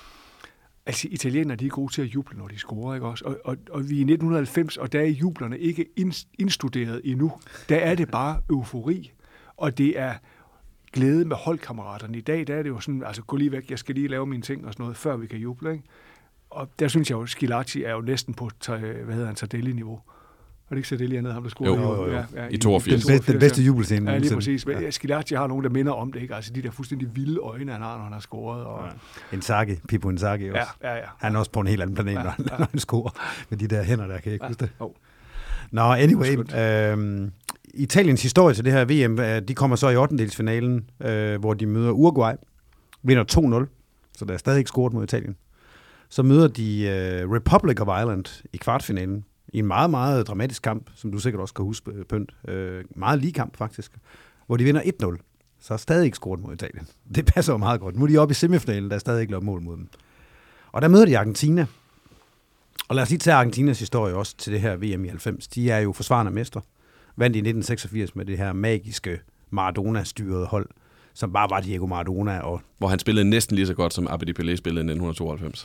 Altså, italienere, de er gode til at juble, når de scorer, ikke også? Og, og, og vi er i nitten halvfems, og der er jublerne ikke indstuderet endnu. Der er det bare eufori, og det er... glæde med holdkammeraterne. I dag, der er det jo sådan, altså gå lige væk, jeg skal lige lave mine ting og sådan noget, før vi kan juble, ikke? Og der synes jeg jo, Schillaci er jo næsten på, hvad hedder han, Tardelli-niveau. Var det ikke Tardelli, han havde ham, der scorede? Jo, jo, jo. Ja, ja, i toogfirs. Den bedste, den bedste jubelscene. Ja, lige præcis. Ja. Schillaci har nogen, der minder om det, ikke? Altså de der fuldstændig vilde øjne, han har, når han har scoret. Og... Ja. Inzaghi, Pippo Inzaghi også. Ja, ja, ja. Han er også på en helt anden planet, ja, ja. når han scorer med de der hænder der, kan jeg ikke huske det. Oh. Nå, anyway. Øh, Italiens historie til det her V M, de kommer så i ottendedelsfinalen, øh, hvor de møder Uruguay, vinder to nul, så der er stadig ikke scoret mod Italien. Så møder de øh, Republic of Ireland i kvartfinalen, i en meget, meget dramatisk kamp, som du sikkert også kan huske, Pønt. Øh, meget lige kamp, faktisk, hvor de vinder et nul. Så er stadig ikke scoret mod Italien. Det passer jo meget godt. Nu er de oppe i semifinalen, der er stadig ikke lavet mål mod dem. Og der møder de Argentina. Og lad os lige tage Argentinas historie også til det her V M i halvfems. De er jo forsvarende mestre. Vandt i nitten seksogfirs med det her magiske Maradona-styrede hold, som bare var Diego Maradona. Og hvor han spillede næsten lige så godt, som Abedi Pelé spillede i nitten tooghalvfems.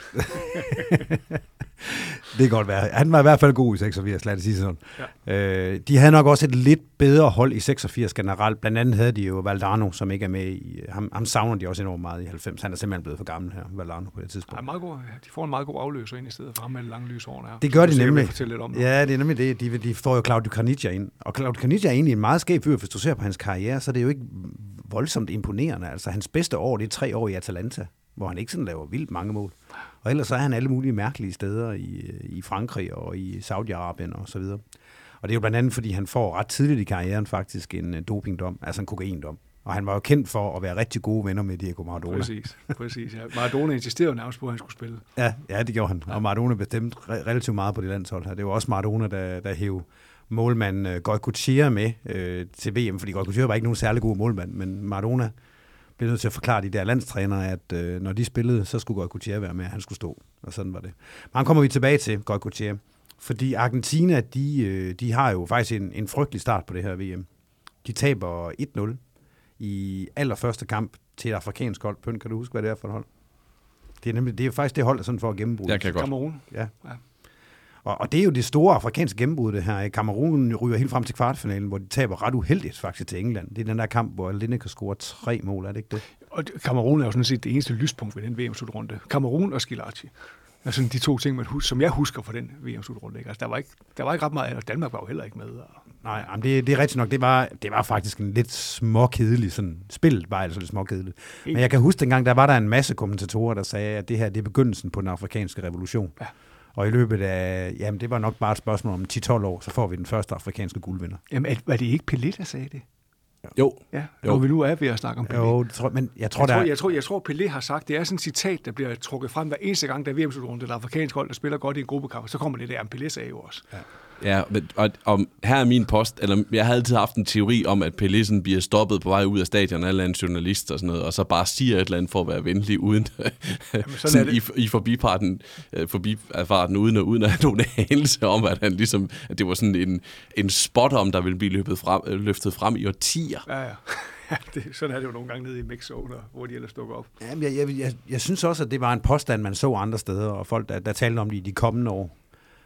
Det kan godt være. Han var i hvert fald god i seksogfirs, lad det sige sådan. Ja. Øh, de havde nok også et lidt bedre hold i seksogfirs generelt. Blandt andet havde de jo Valdano, som ikke er med i... Ham, ham savner de også enormt meget i halvfems. Han er simpelthen blevet for gammel her, Valdano, på det tidspunkt. Ja, meget god. De får en meget god afløser ind i stedet for ham med lange lysårene her. Det gør de nemlig. Lidt om ja, det er nemlig det. De, de får jo Claudio Caniggia ind. Og Claudio Caniggia er egentlig en meget skæv fyr, hvis du ser på hans karriere, så det er jo ikke voldsomt imponerende. Altså, hans bedste år, det er tre år i Atalanta, hvor han ikke sådan laver vildt mange mål. Og ellers så er han alle mulige mærkelige steder i, i Frankrig og i Saudi-Arabien og så videre. Og det er jo blandt andet, fordi han får ret tidligt i karrieren faktisk en dopingdom, altså en kokaindom. Og han var jo kendt for at være rigtig gode venner med Diego Maradona. Præcis, præcis. Ja. Maradona insisterede nærmest på, at han skulle spille. Ja, ja det gjorde han. Og Maradona bestemte re- relativt meget på det landshold her. Det var også Maradona, der, der hævde målmanden uh, Goycochea med øh, til V M, fordi Goycochea var ikke nogen særlig god målmand, men Maradona blev nødt til at forklare de der landstrænere, at øh, når de spillede, så skulle Goycochea være med, at han skulle stå. Og sådan var det. Men han kommer vi tilbage til, Goycochea. Fordi Argentina, de, øh, de har jo faktisk en, en frygtelig start på det her V M. De taber et nul i allerførste kamp til et afrikansk hold. Pønt, kan du huske, hvad det er for et hold? Det er, nemlig, det er jo faktisk det hold, der sådan for at gennembruge. Jeg kan godt. Kamerun. Ja. ja. Og, og det er jo det store afrikanske gennembrud, det her. Kamerun ryger helt frem til kvartfinalen, hvor de taber ret uheldigt faktisk til England. Det er den der kamp, hvor Lineker scorer tre mål, er det ikke det? Og Kamerun er jo sådan set det eneste lyspunkt ved den V M-slutrunde. Kamerun og Schillaci. Altså de to ting, man husker, som jeg husker fra den V M-slutrunde. Altså, der, var ikke, der var ikke ret meget, og Danmark var jo heller ikke med. Og... Nej, jamen det, det er rigtigt nok. Det var, det var faktisk en lidt småkedelig sådan... Spillet var altså lidt småkedeligt. Men jeg kan huske dengang, der var der en masse kommentatorer, der sagde, at det her det er begyndelsen på den afrikanske revolution. Ja. Og i løbet af, jamen det var nok bare et spørgsmål om ti til tolv år, så får vi den første afrikanske guldvinder. Jamen var det ikke Pelé, der sagde det? Jo. Ja, når jo. vi nu er ved at snakke om Pelé. Jo, det tror, men jeg tror, jeg, der... tror, jeg, tror, jeg tror, Pelé har sagt, det er sådan et citat, der bliver trukket frem hver eneste gang, der er V M-slutrunde, eller afrikansk hold, der spiller godt i en gruppekamp, så kommer det der, Pelé sagde jo også. Ja. Ja, og, og her er min post, eller jeg havde altid haft en teori om, at Pelé sådan bliver stoppet på vej ud af stadion af en eller anden journalist og sådan noget, og så bare siger et eller andet for at være venlig, uden Jamen, sådan sådan i, i forbifarten, forbifarten uden, uden at have nogen anelse om, at han ligesom, at det var sådan en, en spot om, der ville blive løbet frem, løftet frem i årtier. Ja, ja. Ja, det, sådan er det jo nogle gange nede i mixzone, hvor de ellers dukker op. Jamen, jeg, jeg, jeg, jeg synes også, at det var en påstand, man så andre steder, og folk, der, der talte om det i de kommende år.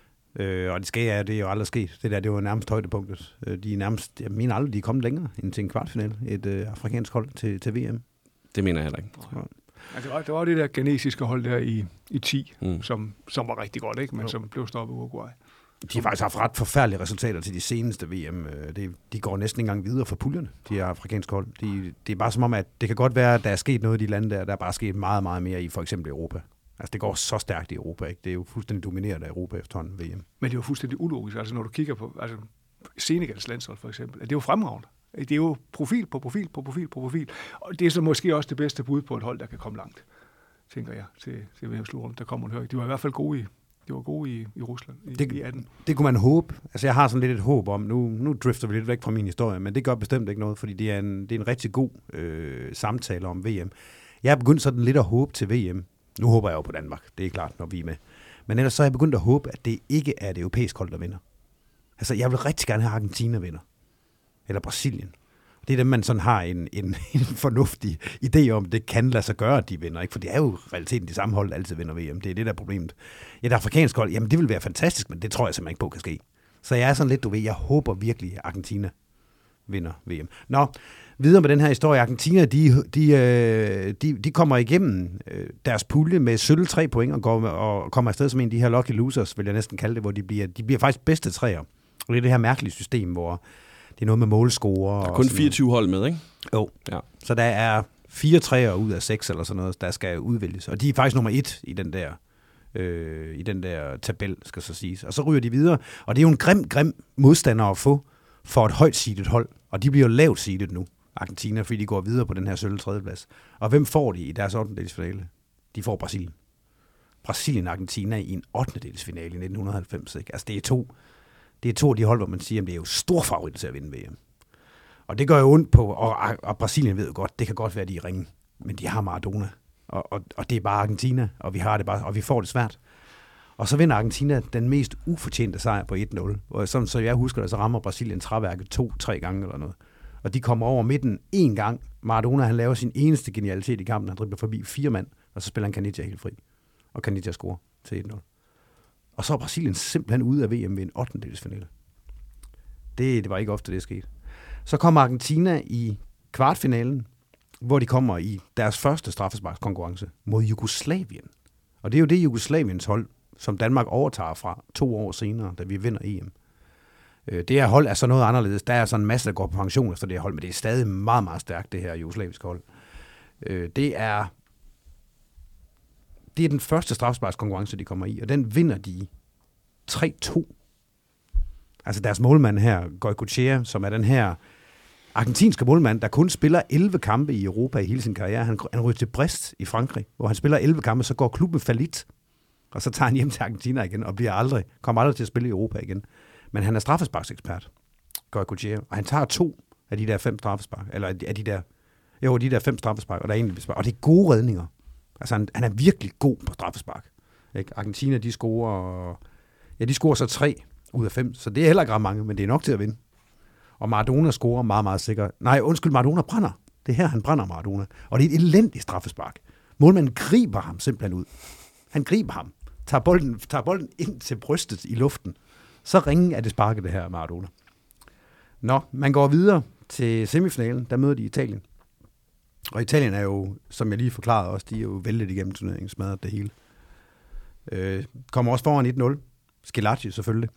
Øh, og det sker ja, det er jo aldrig sket. Det der, det var nærmest højdepunktet. De er nærmest, jeg mener aldrig, de er kommet længere end til en kvartfinal, et øh, afrikansk hold til, til V M. Det mener jeg heller ikke. Ja. Altså, det, var, det var det der genesiske hold der i, i ti, mm. som, som var rigtig godt, ikke? Men jo. Som blev stoppet i Uruguay. De har faktisk haft ret forfærdelige resultater til de seneste V M. De, de går næsten ikke engang videre fra puljerne, de her afrikanske hold. De, det er bare som om, at det kan godt være, at der er sket noget i de lande der, der er bare sket meget, meget mere i for eksempel Europa. Altså, det går så stærkt i Europa, ikke? Det er jo fuldstændig domineret af Europa efterhånden V M. Men det er jo fuldstændig ulogisk, altså når du kigger på altså, Senegals landshold for eksempel. Det er jo fremragende. Det er jo profil på profil på profil på profil. Og det er så måske også det bedste bud på et hold, der kan komme langt, tænker jeg, til, til V M-slutrunde. Der kommer højt. De var i hvert fald gode i, de var gode i, i Rusland i, det, i atten. Det kunne man håbe. Altså, jeg har sådan lidt et håb om, nu, nu drifter vi lidt væk fra min historie, men det gør bestemt ikke noget, fordi det er en, det er en rigtig god øh, samtale om V M. Jeg er begyndt sådan lidt at håbe til V M. Nu håber jeg jo på Danmark, det er klart, når vi er med. Men ellers så er jeg begyndt at håbe, at det ikke er det europæiske hold, der vinder. Altså, jeg vil rigtig gerne have Argentina vinder. Eller Brasilien. Det er dem, man sådan har en, en, en fornuftig idé om, det kan lade sig gøre, at de vinder. Ikke? For det er jo realiteten, de samme hold, der altid vinder V M. Det er det, der er problemet. Et afrikansk hold, jamen det vil være fantastisk, men det tror jeg simpelthen ikke på kan ske. Så jeg er sådan lidt, du ved, jeg håber virkelig, at Argentina vinder V M. Nå, videre med den her historie. Argentina, de, de, de, de kommer igennem deres pulje med sølv tre point og, går, og kommer afsted som en af de her lucky losers, vil jeg næsten kalde det, hvor de bliver, de bliver faktisk bedste træer. Og det er det her mærkelige system, hvor det er noget med målscorer. Der er kun fireogtyve hold med, ikke? Jo. Ja. Så der er fire træer ud af seks eller sådan noget, der skal udvælges. Og de er faktisk nummer et i den der øh, i den der tabel, skal så siges. Og så ryger de videre, og det er jo en grim, grim modstander at få for et højt seedet hold, og de bliver jo lavt seedet nu, Argentina, fordi de går videre på den her sølv tredjeplads. Og hvem får de i deres ottendedelsfinale? De får Brasilien. Brasilien og Argentina i en ottendedelsfinale i nitten halvfems. Ikke? Altså det er to, det er to af de hold, hvor man siger, at det er jo stor favorit til at vinde V M. Og det gør jo ondt på, og, og Brasilien ved jo godt, det kan godt være, de er ringe, men de har Maradona, og, og, og det er bare Argentina, og vi har det bare, og vi får det svært. Og så vinder Argentina den mest ufortjente sejr på et nul, og sådan, så jeg husker det, så rammer Brasilien træværket to-tre gange eller noget. Og de kommer over midten en gang. Maradona, han laver sin eneste genialitet i kampen, han dribler forbi fire mand, og så spiller han Caniggia helt fri. Og Caniggia scorer til et nul. Og så er Brasilien simpelthen ude af V M ved en ottendedelsfinale. Det, det var ikke ofte, det skete. Så kommer Argentina i kvartfinalen, hvor de kommer i deres første straffesparkskonkurrence mod Jugoslavien. Og det er jo det Jugoslaviens hold, som Danmark overtager fra to år senere, da vi vinder E M. Det her hold er så noget anderledes. Der er sådan en masse, der går på pension efter det her hold, men det er stadig meget, meget stærkt, det her jugoslaviske hold. Det er, det er den første straffesparkskonkurrence, de kommer i, og den vinder de tre to. Altså deres målmand her, Goycochea, som er den her argentinske målmand, der kun spiller elleve kampe i Europa i hele sin karriere. Han, han ryger til Brest i Frankrig, hvor han spiller elleve kampe, så går klubben fallit, og så tager han hjem til Argentina igen, og bliver aldrig, kommer aldrig til at spille i Europa igen. Men han er straffesparksekspert, Goycochea, og han tager to af de der fem straffespark, eller af de der, jo, de der fem straffespark, og der er egentlig bespark, og det er gode redninger. Altså han, han er virkelig god på straffespark. Ikke? Argentina, de scorer, ja, de scorer så tre ud af fem, så det er heller ikke ret mange, men det er nok til at vinde. Og Maradona scorer meget, meget sikkert. Nej, undskyld, Maradona brænder. Det er her, han brænder Maradona. Og det er et elendigt straffespark. Målmanden griber ham simpelthen ud. Han griber ham, tager bolden, tager bolden ind til brystet i luften. Så ringen er det sparket, det her Maradona. Nå, man går videre til semifinalen, der møder de Italien. Og Italien er jo, som jeg lige forklarede også, de er jo vældet igennem turneringen, smadret det hele. Øh, kommer også foran et nul. Schillaci selvfølgelig.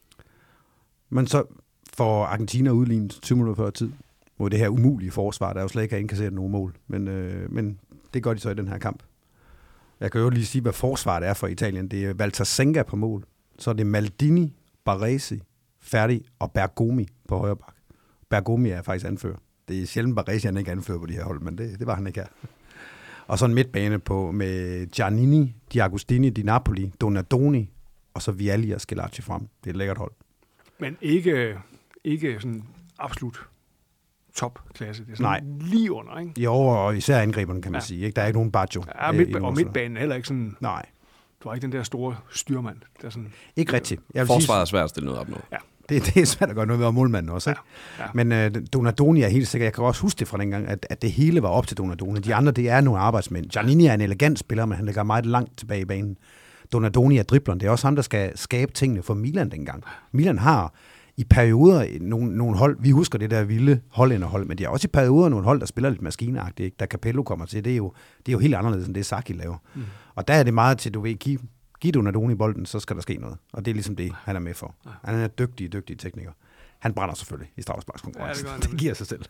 Men så får Argentina udlignet tyve minutter før tid mod det her umulige forsvar, der jo slet ikke har indkasseret nogen mål. Men, øh, men det gør de så i den her kamp. Jeg kan jo lige sige, hvad forsvaret er for Italien. Det er Walter Senga på mål. Så er det Maldini, Baresi, Ferdi og Bergomi på højre bak. Bergomi er faktisk anfører. Det er sjældent Baresi, han ikke anfører på de her hold, men det, det var han ikke her. Og så en midtbane på med Giannini, Diagostini, Di Napoli, Donadoni, og så Vialli og Schillaci frem. Det er et lækkert hold. Men ikke, ikke sådan absolut topklasse. Det er sådan Nej. lige under, ikke? Jo, og især angriberne, kan man ja. sige. Ikke? Der er ikke nogen Baggio. Ja, midt, og midtbanen er heller ikke sådan... Nej. Du har ikke den der store styrmand. Der sådan, ikke rigtigt. Forsvaret er svært at stille noget op nu. Ja. Det, det er svært at gøre noget ved målmanden også. Ikke? Ja. Ja. Men uh, Donadoni er helt sikker. Jeg kan også huske det fra dengang, at, at det hele var op til Donadoni. De andre, det er nogle arbejdsmænd. Giannini er en elegant spiller, men han ligger meget langt tilbage i banen. Donadoni er dribleren. Det er også ham, der skal skabe tingene for Milan dengang. Milan har i perioder nogle, nogle hold, vi husker det der vilde hollænderhold, men de har også i perioder nogle hold, der spiller lidt maskineagtigt, ikke? Da Capello kommer til, det er jo, det er jo helt anderledes, end det Sacchi laver. Mm. Og der er det meget til, du ved, give, give Donadoni bolden, så skal der ske noget. Og det er ligesom det, han er med for. Ja. Han er en dygtig, dygtig tekniker. Han brænder selvfølgelig i straffesparkskonkurrencen. Ja, det, det giver sig selv.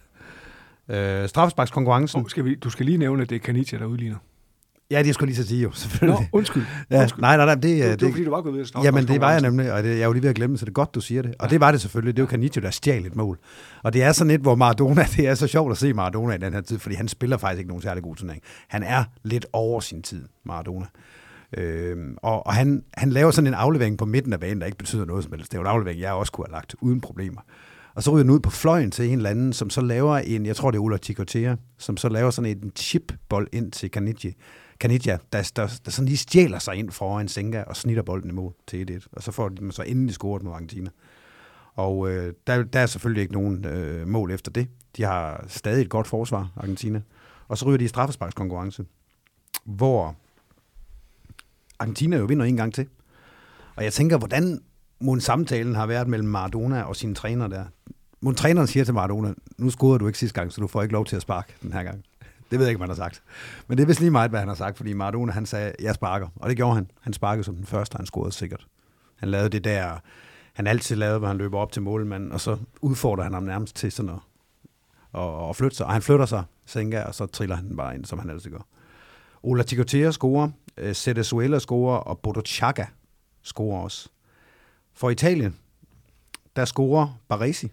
Øh, straffesparkskonkurrencen. Oh, skal vi, du skal lige nævne, at det er Caniggia, der udligner. Ja, det skulle lige så sige jo, selvfølgelig. Nå, undskyld. Ja, undskyld. Nej, nej, nej. Det, det, det, det var fordi, du var gået ved at Jamen, det var jeg nemlig, og det, jeg er jo lige ved at glemme, så det er godt, du siger det. Og ja. det var det selvfølgelig. Det er jo Caniggia, der stjal et mål. Og det er sådan et, hvor Maradona, det er så sjovt at se Maradona i den her tid, fordi han spiller faktisk ikke nogen særlig god turnering. Han er lidt over sin tid, Maradona. Øhm, og og han, han laver sådan en aflevering på midten af banen, der ikke betyder noget som helst. Det er jo en aflevering, jeg også kunne have lagt uden problemer. Og så ryger den ud på fløjen til en eller anden, som så laver en, jeg tror det er Ola Chicotea, som så laver sådan en chipbold ind til Caniggia. Caniggia, der, der, der sådan lige stjæler sig ind foran Senga og snitter bolden imod til et et. Og så får de så endelig scoret mod Argentina. Og øh, der, der er selvfølgelig ikke nogen øh, mål efter det. De har stadig et godt forsvar, Argentina. Og så ryger de i straffesparkskonkurrence, hvor Argentina jo vinder en gang til. Og jeg tænker, hvordan mon samtalen har været mellem Maradona og sine træner der. Mon træneren siger til Maradona, nu scorede du ikke sidste gang, så du får ikke lov til at sparke den her gang. Det ved jeg ikke, hvad han har sagt. Men det er vist lige meget, hvad han har sagt, fordi Maradona, han sagde, jeg sparker. Og det gjorde han. Han sparkede som den første, han scorede sikkert. Han lavede det der, han altid lavede, hvor han løber op til målmanden, og så udfordrer han ham nærmest til sådan at og, og flytte sig. Og han flytter sig, Senga, og så triller han bare ind, som han altid gør. Ola Chicotea scorer. øh, Cerezuela scorer, og Bodo Chaga scorer også. For Italien, der scorer Baresi.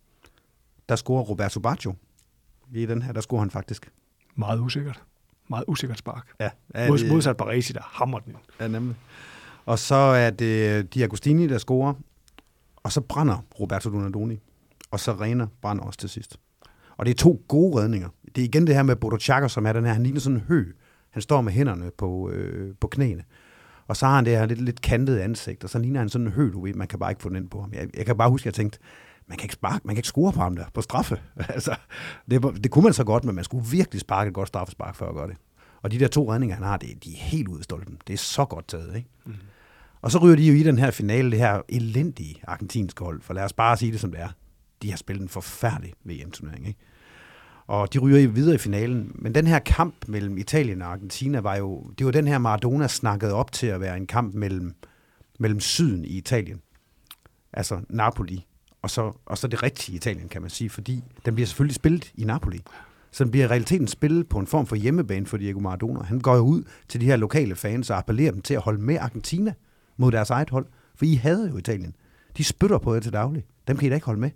Der scorer Roberto Baggio. I den her, der scorer han faktisk. Meget usikkert. Meget usikkert spark. Ja, ja, Mod, det, modsat Baresi, der hammer den ind. Ja, nemlig. Og så er det Di Agostini, der scorer. Og så brænder Roberto Donadoni. Og så Reina brænder også til sidst. Og det er to gode redninger. Det er igen det her med Bodo Chaga, som er den her. Han ligner sådan en hø. Han står med hænderne på, øh, på knæene. Og så har han det her lidt, lidt kantede ansigt. Og så ligner han sådan en hø, du ved. Man kan bare ikke få den ind på ham. Jeg, jeg kan bare huske, at jeg tænkte, man kan ikke sparke, man kan ikke score på ham der på straffe. altså, det, det kunne man så godt, men man skulle virkelig sparke et godt straffespark for at gøre det. Og de der to redninger, han har, det, de er helt ude af stolpen. Det er så godt taget, ikke? Mm. Og så ryger de jo i den her finale, det her elendige argentinske hold. For lad os bare sige det, som det er. De har spillet en forfærdelig V M-turnering, ikke? Og de ryger videre i finalen. Men den her kamp mellem Italien og Argentina var jo, det var den her Maradona snakkede op til at være en kamp mellem, mellem syden i Italien. Altså Napoli. Og så, og så det rigtige Italien, kan man sige, fordi den bliver selvfølgelig spillet i Napoli. Så den bliver i realiteten spillet på en form for hjemmebane for Diego Maradona. Han går jo ud til de her lokale fans og appellerer dem til at holde med Argentina mod deres eget hold. For I havde jo Italien. De spytter på jer til daglig. Dem kan I da ikke holde med.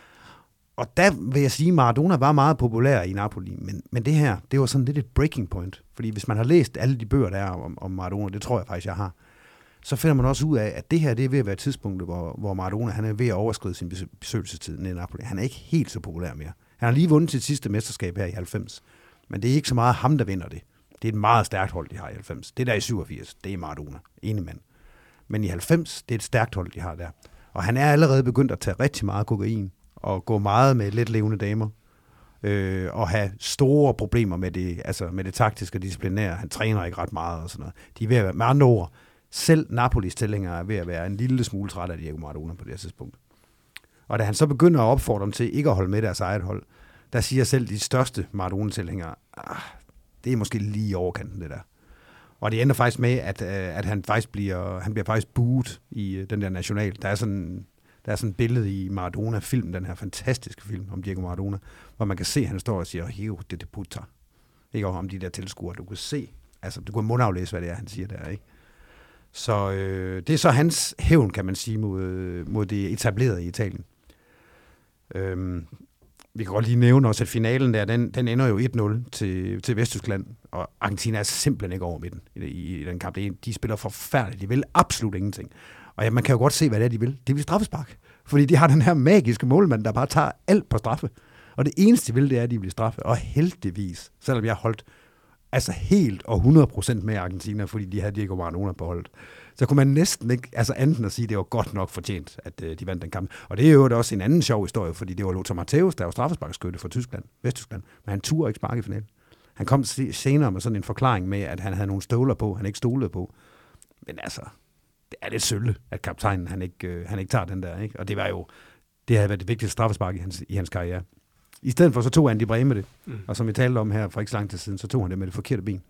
Og der vil jeg sige, at Maradona var meget populær i Napoli, men, men det her, det var sådan lidt et breaking point. Fordi hvis man har læst alle de bøger, der er om, om Maradona, det tror jeg faktisk, jeg har, så finder man også ud af, at det her, det er ved at være tidspunktet, hvor, hvor Maradona, han er ved at overskride sin besøgelsestid nede i Napoli. Han er ikke helt så populær mere. Han har lige vundet sit sidste mesterskab her i halvfems, men det er ikke så meget ham, der vinder det. Det er et meget stærkt hold, de har i halvfems. Det der i syvogfirs, det er Maradona, enig mand. Men i halvfems, det er et stærkt hold, de har der. Og han er allerede begyndt at tage rigtig meget kokain, og gå meget med let levende damer, øh, og have store problemer med det, altså med det taktiske og disciplinære. Han træner ikke ret meget og sådan noget. De er ved at være, med andre ord, selv Napolis tilhængere er ved at være en lille smule træt af Diego Maradona på det her tidspunkt. Og da han så begynder at opfordre dem til ikke at holde med deres eget hold, der siger selv de største Maradona-tilhængere, ah, det er måske lige i overkanten det der. Og det ender faktisk med, at, at han faktisk bliver, han bliver faktisk buet i den der national. Der er sådan Der er sådan et billede i Maradona-filmen, den her fantastiske film om Diego Maradona, hvor man kan se, at han står og siger, Hijo de de puta. Ikke om de der tilskuere. Du kan se, altså du kan mundaflæse, hvad det er, han siger der, ikke? Så øh, det er så hans hævn, kan man sige, mod, mod det etablerede i Italien. Øhm, vi kan godt lige nævne også, at finalen der, den, den ender jo et nul til, til Vesttyskland, og Argentina er simpelthen ikke over midten i, i, i den kamp. De spiller forfærdeligt. De vil absolut ingenting. Og ja, man kan jo godt se, hvad det er, de vil. Det vil straffespark. Fordi de har den her magiske målmand, der bare tager alt på straffe. Og det eneste, de vil, det er, at de vil straffe. Og heldigvis, selvom jeg har holdt altså helt og hundrede procent med Argentina, fordi de havde Diego Maradona på holdet, så kunne man næsten ikke, altså enten at sige, at det var godt nok fortjent, at uh, de vandt den kamp. Og det er jo også en anden sjov historie, fordi det var Lothar Matthäus, der var straffesparkskytte for Tyskland, Vesttyskland, men han turde ikke sparke i finalen. Han kom senere med sådan en forklaring med, at han havde nogle støvler på, han ikke stolede på. Men altså, det er lidt sølle, at kaptajnen, han ikke, øh, han ikke tager den der, ikke? Og det var jo, det havde været det vigtigste straffespark i hans, i hans karriere. I stedet for, så tog Andy Brehme det, mm. og som vi talte om her for ikke så lang tid siden, så tog han det med det forkerte ben.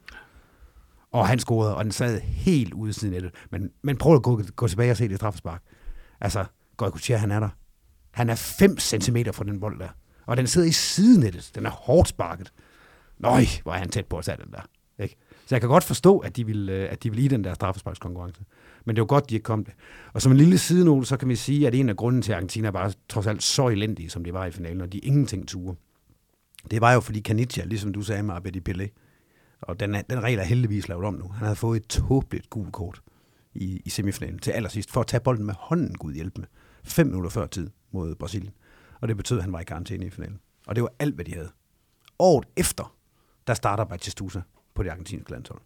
Og han scorede, og den sad helt ude siden af det. Men, men prøv at gå, gå tilbage og se det straffespark. Altså, Goycochea, han er der. Han er fem centimeter fra den bold der. Og den sidder i sidenettet. Den er hårdt sparket. Nøj, hvor er han tæt på at tage den der. Ikke? Så jeg kan godt forstå, at de vil, at de vil i den der straffesparkskonkurrence. Men det var godt, de ikke kom det. Og som en lille sidenote, så kan vi sige, at en af grunden til, at Argentina var trods alt så elendige, som de var i finalen, og de ingenting turde. Det var jo, fordi Caniggia, ligesom du sagde med Abedi Pelé, og den, den regel er heldigvis lavet om nu. Han havde fået et tåbeligt gult kort i, i semifinalen til allersidst, for at tage bolden med hånden, Gud hjælpe med, fem minutter før tid mod Brasilien. Og det betød, at han var i karantæne i finalen. Og det var alt, hvad de havde. Året efter, der starter Batistuta på det argentinske landshold.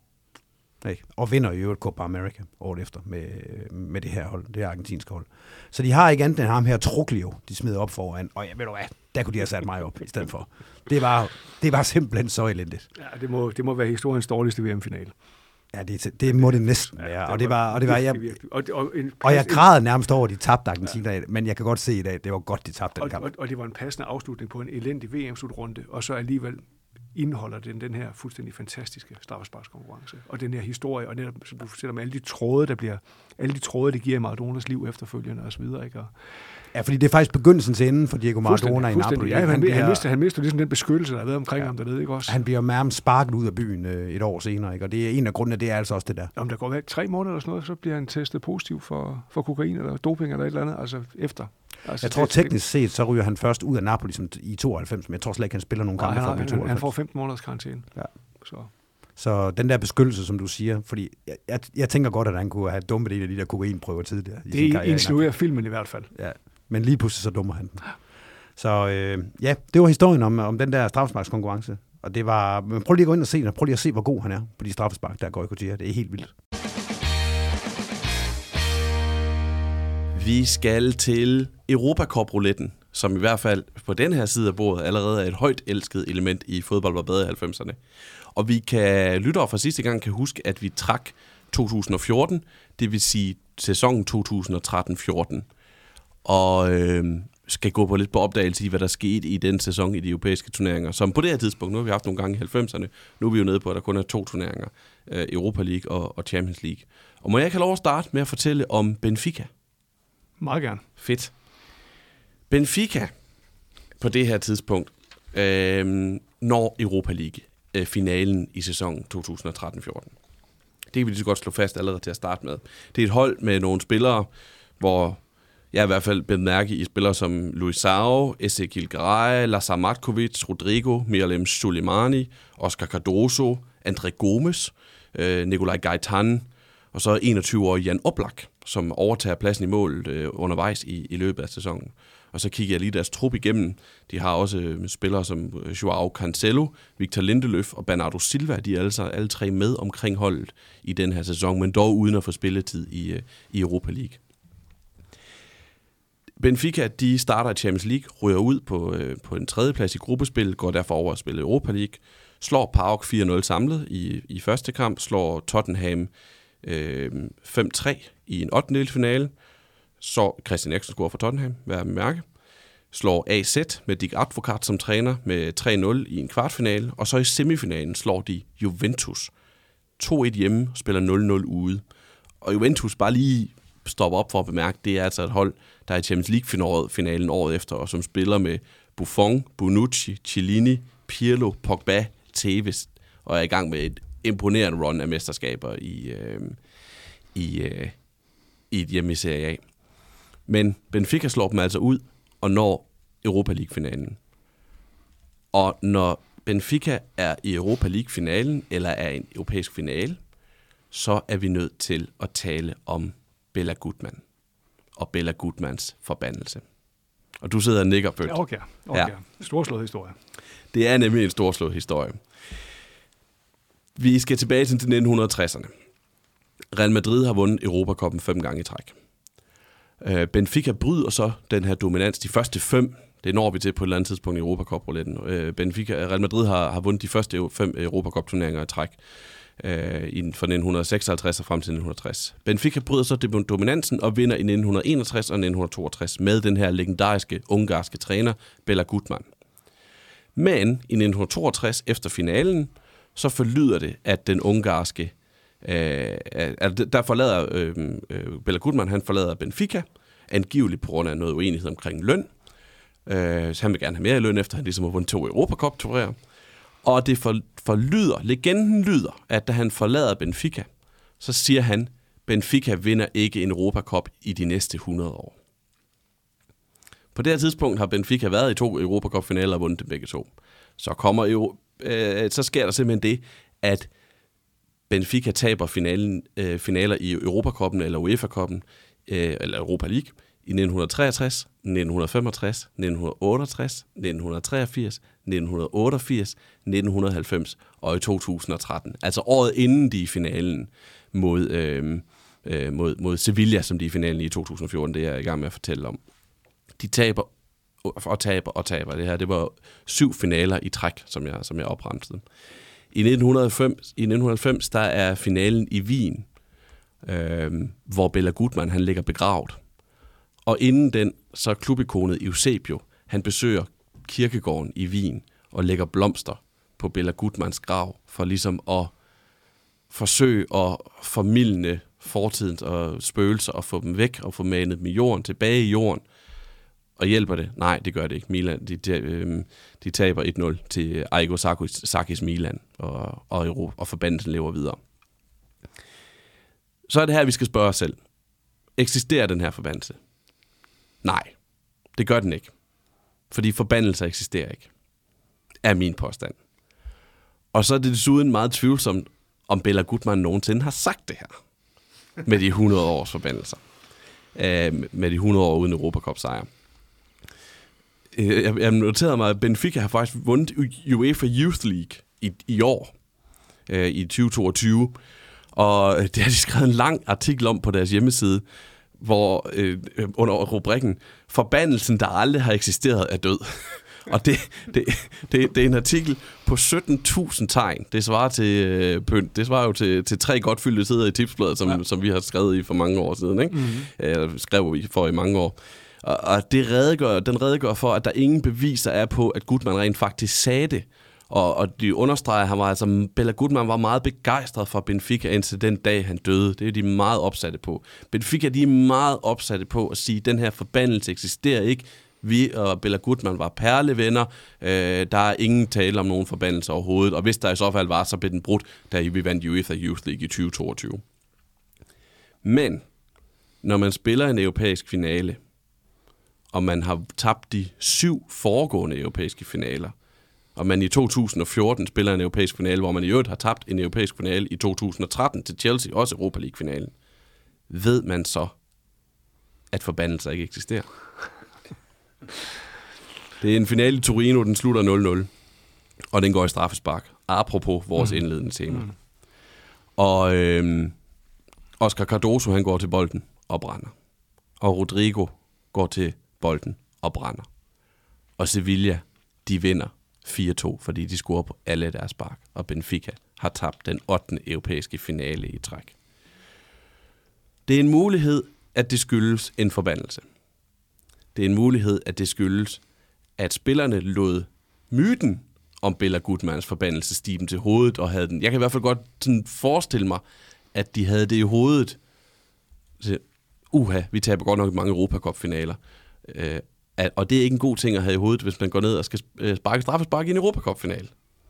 Og vinder i øvrigt Copa America året efter med, med det her hold, det her argentinske hold. Så de har ikke andet end ham her Truglio, de smider op foran, og jeg ved du hvad, der kunne de have sat mig op i stedet for. Det var, det var simpelthen så elendigt. Ja, det må, det må være historiens dårligste V M-finale. Ja, det, det må det næsten være. Ja, og det var, og det var, jeg, og, og, en, og jeg græd nærmest over, at de tabte Argentina, ja. Men jeg kan godt se i dag, det var godt, de tabte den og, kamp. Og, og det var en passende afslutning på en elendig V M-slutrunde, og så alligevel indeholder den den her fuldstændig fantastiske straffesparkskonkurrence. Og den her historie, og netop, som du fortæller med alle de tråde, der bliver, alle de tråde, det giver i Maradonas liv efterfølgende og så videre, ikke? Og ja, fordi det er faktisk begyndelsen til enden for Diego Maradona i Napoli. Ja, han, han, bliver, han, mister, han mister ligesom den beskyttelse, der har været omkring ja, ham dernede, ikke også? Han bliver nærmest sparket ud af byen øh, et år senere, ikke? Og det er en af grundene, det er altså også det der. Om der går væk tre måneder eller sådan noget, så bliver han testet positiv for, for kokain eller doping eller et eller andet, altså efter. Altså, jeg tror teknisk set, så ryger han først ud af Napoli som i tooghalvfems, men jeg tror slet ikke, han spiller nogen kampe for ham i tooghalvfems. Han får femten måneders karantæne. Ja. Så. så den der beskyttelse, som du siger, fordi jeg, jeg, jeg tænker godt, at han kunne have dumpet en af de der kokainprøver tidligere. Det insinuerer filmen i hvert fald. Ja, men lige pludselig så dummer han den. Så øh, ja, det var historien om, om den der straffesparkskonkurrence. Og det var, men prøv lige at gå ind og se den, prøv lige at se, hvor god han er på de straffespark, der går i Goicoechea. Det er helt vildt. Vi skal til Europacup-rouletten, som i hvert fald på den her side af bordet allerede er et højt elsket element i fodbold var bedre i halvfemserne. Og vi kan lytte fra sidste gang kan huske, at vi trak to tusind og fjorten, det vil sige sæsonen to tusind og tretten fjorten. Og øh, skal gå på lidt på opdagelse i, hvad der skete i den sæson i de europæiske turneringer. Som på det her tidspunkt, nu har vi haft nogle gange i halvfemserne, nu er vi jo nede på, at der kun er to turneringer, øh, Europa League og, og Champions League. Og må jeg ikke have lov at starte med at fortælle om Benfica? Meget gerne. Fedt. Benfica på det her tidspunkt øh, når Europa League-finalen i sæsonen to tusind og tretten fjorten. Det kan vi lige så godt slå fast allerede til at starte med. Det er et hold med nogle spillere, hvor jeg i hvert fald bemærker i spillere som Luisao, Ezequiel Garay, Lazar Matkovic, Rodrigo, Miralem Soleimani, Oscar Cardoso, André Gomes, øh, Nikolaj Gaetan, og så enogtyve-årige Jan Oblak, som overtager pladsen i målet øh, undervejs i, i løbet af sæsonen. Og så kigger jeg lige deres trup igennem. De har også øh, spillere som Joao Cancelo, Victor Lindeløf og Bernardo Silva. De er altså alle tre med omkring holdet i den her sæson, men dog uden at få spilletid i, øh, i Europa League. Benfica, de starter i Champions League, ryger ud på, øh, på en tredjeplads i gruppespil, går derfor over at spille Europa League, slår PAOK fire nul samlet i, i første kamp, slår Tottenham øh, fem tre i en ottendedelsfinale, så Christian Eriksen scorer for Tottenham, hvad er mærke, slår A Z med Dick Advocat som træner med tre nul i en kvartfinale, og så i semifinalen slår de Juventus to et hjemme, spiller nul nul ude. Og Juventus, bare lige stopper op for at bemærke, det er altså et hold, der er i Champions League-finalen året efter, og som spiller med Buffon, Bonucci, Chiellini, Pirlo, Pogba, Tevez, og er i gang med et imponerende run af mesterskaber i, øh, i, øh, i et hjemme i Serie A. Men Benfica slår dem altså ud og når Europa League-finalen. Og når Benfica er i Europa League-finalen, eller er en europæisk finale, så er vi nødt til at tale om Bela Gutmann og Bela Gutmanns forbandelse. Og du sidder og nikker, Bødt. Ja, okay. okay. Ja. Storslået historie. Det er nemlig en storslået historie. Vi skal tilbage til nitten tresserne. Real Madrid har vundet Europacuppen fem gange i træk. Benfica bryder så den her dominans. De første fem, det når vi til på et eller andet tidspunkt i Europacup-rouletten. Benfica, Real Madrid har, har vundet de første fem Europacup-turneringer i træk fra nitten seksoghalvtreds og frem til nitten tres. Benfica bryder så dominansen og vinder i nitten enogtres og nitten toogtres med den her legendariske ungarske træner Bela Gutmann. Men i nitten toogtres efter finalen, så forlyder det, at den ungarske øh, at der forlader øh, øh, Bela Gutmann, han forlader Benfica, angiveligt på grund af noget uenighed omkring løn. Øh, så han vil gerne have mere i løn, efter han ligesom har vundet to Europacup-turneringer. Og det for, forlyder, legenden lyder, at da han forlader Benfica, så siger han, Benfica vinder ikke en Europacup i de næste hundrede år. På det her tidspunkt har Benfica været i to Europacup-finaler og vundet dem begge to. Så, kommer jo, øh, så sker der simpelthen det, at Benfica taber finalen, øh, finaler i Europacuppen eller UEFA-cuppen, øh, eller Europa League, i nitten treogtres, nitten femogtres, nitten otteogtres, nitten treogfirs, nitten otteogfirs, nitten halvfems og i to tusind og tretten. Altså året inden de i finalen mod, øh, øh, mod, mod Sevilla, som de i finalen i to tusind og fjorten, det er jeg i gang med at fortælle om. De taber og taber og taber. Det her, det var syv finaler i træk, som jeg, som jeg opremsede. I nitten halvfems, i nitten halvfems der er finalen i Wien, øh, hvor Bela Gutmann han ligger begravet. Og inden den, så er klubikonet Eusebio, han besøger kirkegården i Wien og lægger blomster på Bela Gutmanns grav, for ligesom at forsøge at formildne fortidens og spøgelser og få dem væk og få manet dem i jorden, tilbage i jorden. Og hjælper det? Nej, det gør det ikke. Milan, de, de, øh, de taber et nul til Arrigo Sacchis Milan, og, og, og forbandelsen lever videre. Så er det her, vi skal spørge os selv. Eksisterer den her forbandelse? Nej, det gør den ikke. Fordi forbandelser eksisterer ikke. Er min påstand. Og så er det desuden meget tvivlsomt, om Bela Gutmann nogensinde har sagt det her. Med de hundrede års forbandelser. Øh, med de hundrede år uden Europacup-sejr. Jeg, jeg noterede mig, at Benfica har faktisk vundet UEFA Youth League i, i år. Øh, I tyve toogtyve. Og det har de skrevet en lang artikel om på deres hjemmeside, hvor øh, under rubrikken "Forbandelsen, der aldrig har eksisteret, er død". Og det, det, det, det er en artikel på sytten tusind tegn. Det svarer til øh, pynt. Det svarer jo til, til tre godt fyldte sider i Tipsbladet, som, ja. som vi har skrevet i for mange år siden, ikke? Mm-hmm. Eller skrev vi for i mange år. Og, og det redegør, den redegør for, at der ingen beviser er på, at Gutmann rent faktisk sagde det. Og, og de understreger, han var altså, Bela Gutmann var meget begejstret for Benfica indtil den dag, han døde. Det er de meget opsatte på. Benfica, de er meget opsatte på at sige, at den her forbandelse eksisterer ikke. Vi og Bela Gutmann var perlevenner. Øh, der er ingen tale om nogen forbandelse overhovedet. Og hvis der i så fald var, så blev den brudt, da vi vandt UEFA Youth League i tyve toogtyve. Men når man spiller en europæisk finale, og man har tabt de syv foregående europæiske finaler, og man i to tusind og fjorten spiller en europæisk finale, hvor man i øvrigt har tabt en europæisk finale i to tusind og tretten til Chelsea, også Europa League-finalen, ved man så, at forbandelser ikke eksisterer. Det er en finale i Torino, den slutter nul nul, og den går i straffespark. Apropos vores mm. indledende tema. Mm. Og øhm, Oscar Cardoso, han går til bolden og brænder. Og Rodrigo går til bolden og brænder. Og Sevilla, de vinder fire to, fordi de scorer på alle deres spark. Og Benfica har tabt den ottende europæiske finale i træk. Det er en mulighed, at det skyldes en forbandelse. Det er en mulighed, at det skyldes, at spillerne lod myten om Bela Gutmanns forbandelse stige dem til hovedet, og havde den. Jeg kan i hvert fald godt sådan forestille mig, at de havde det i hovedet. Så, uha, vi taber godt nok mange Europacup-finaler. Øh, og det er ikke en god ting at have i hovedet, hvis man går ned og skal sparke straffespark i en Europacup-finale.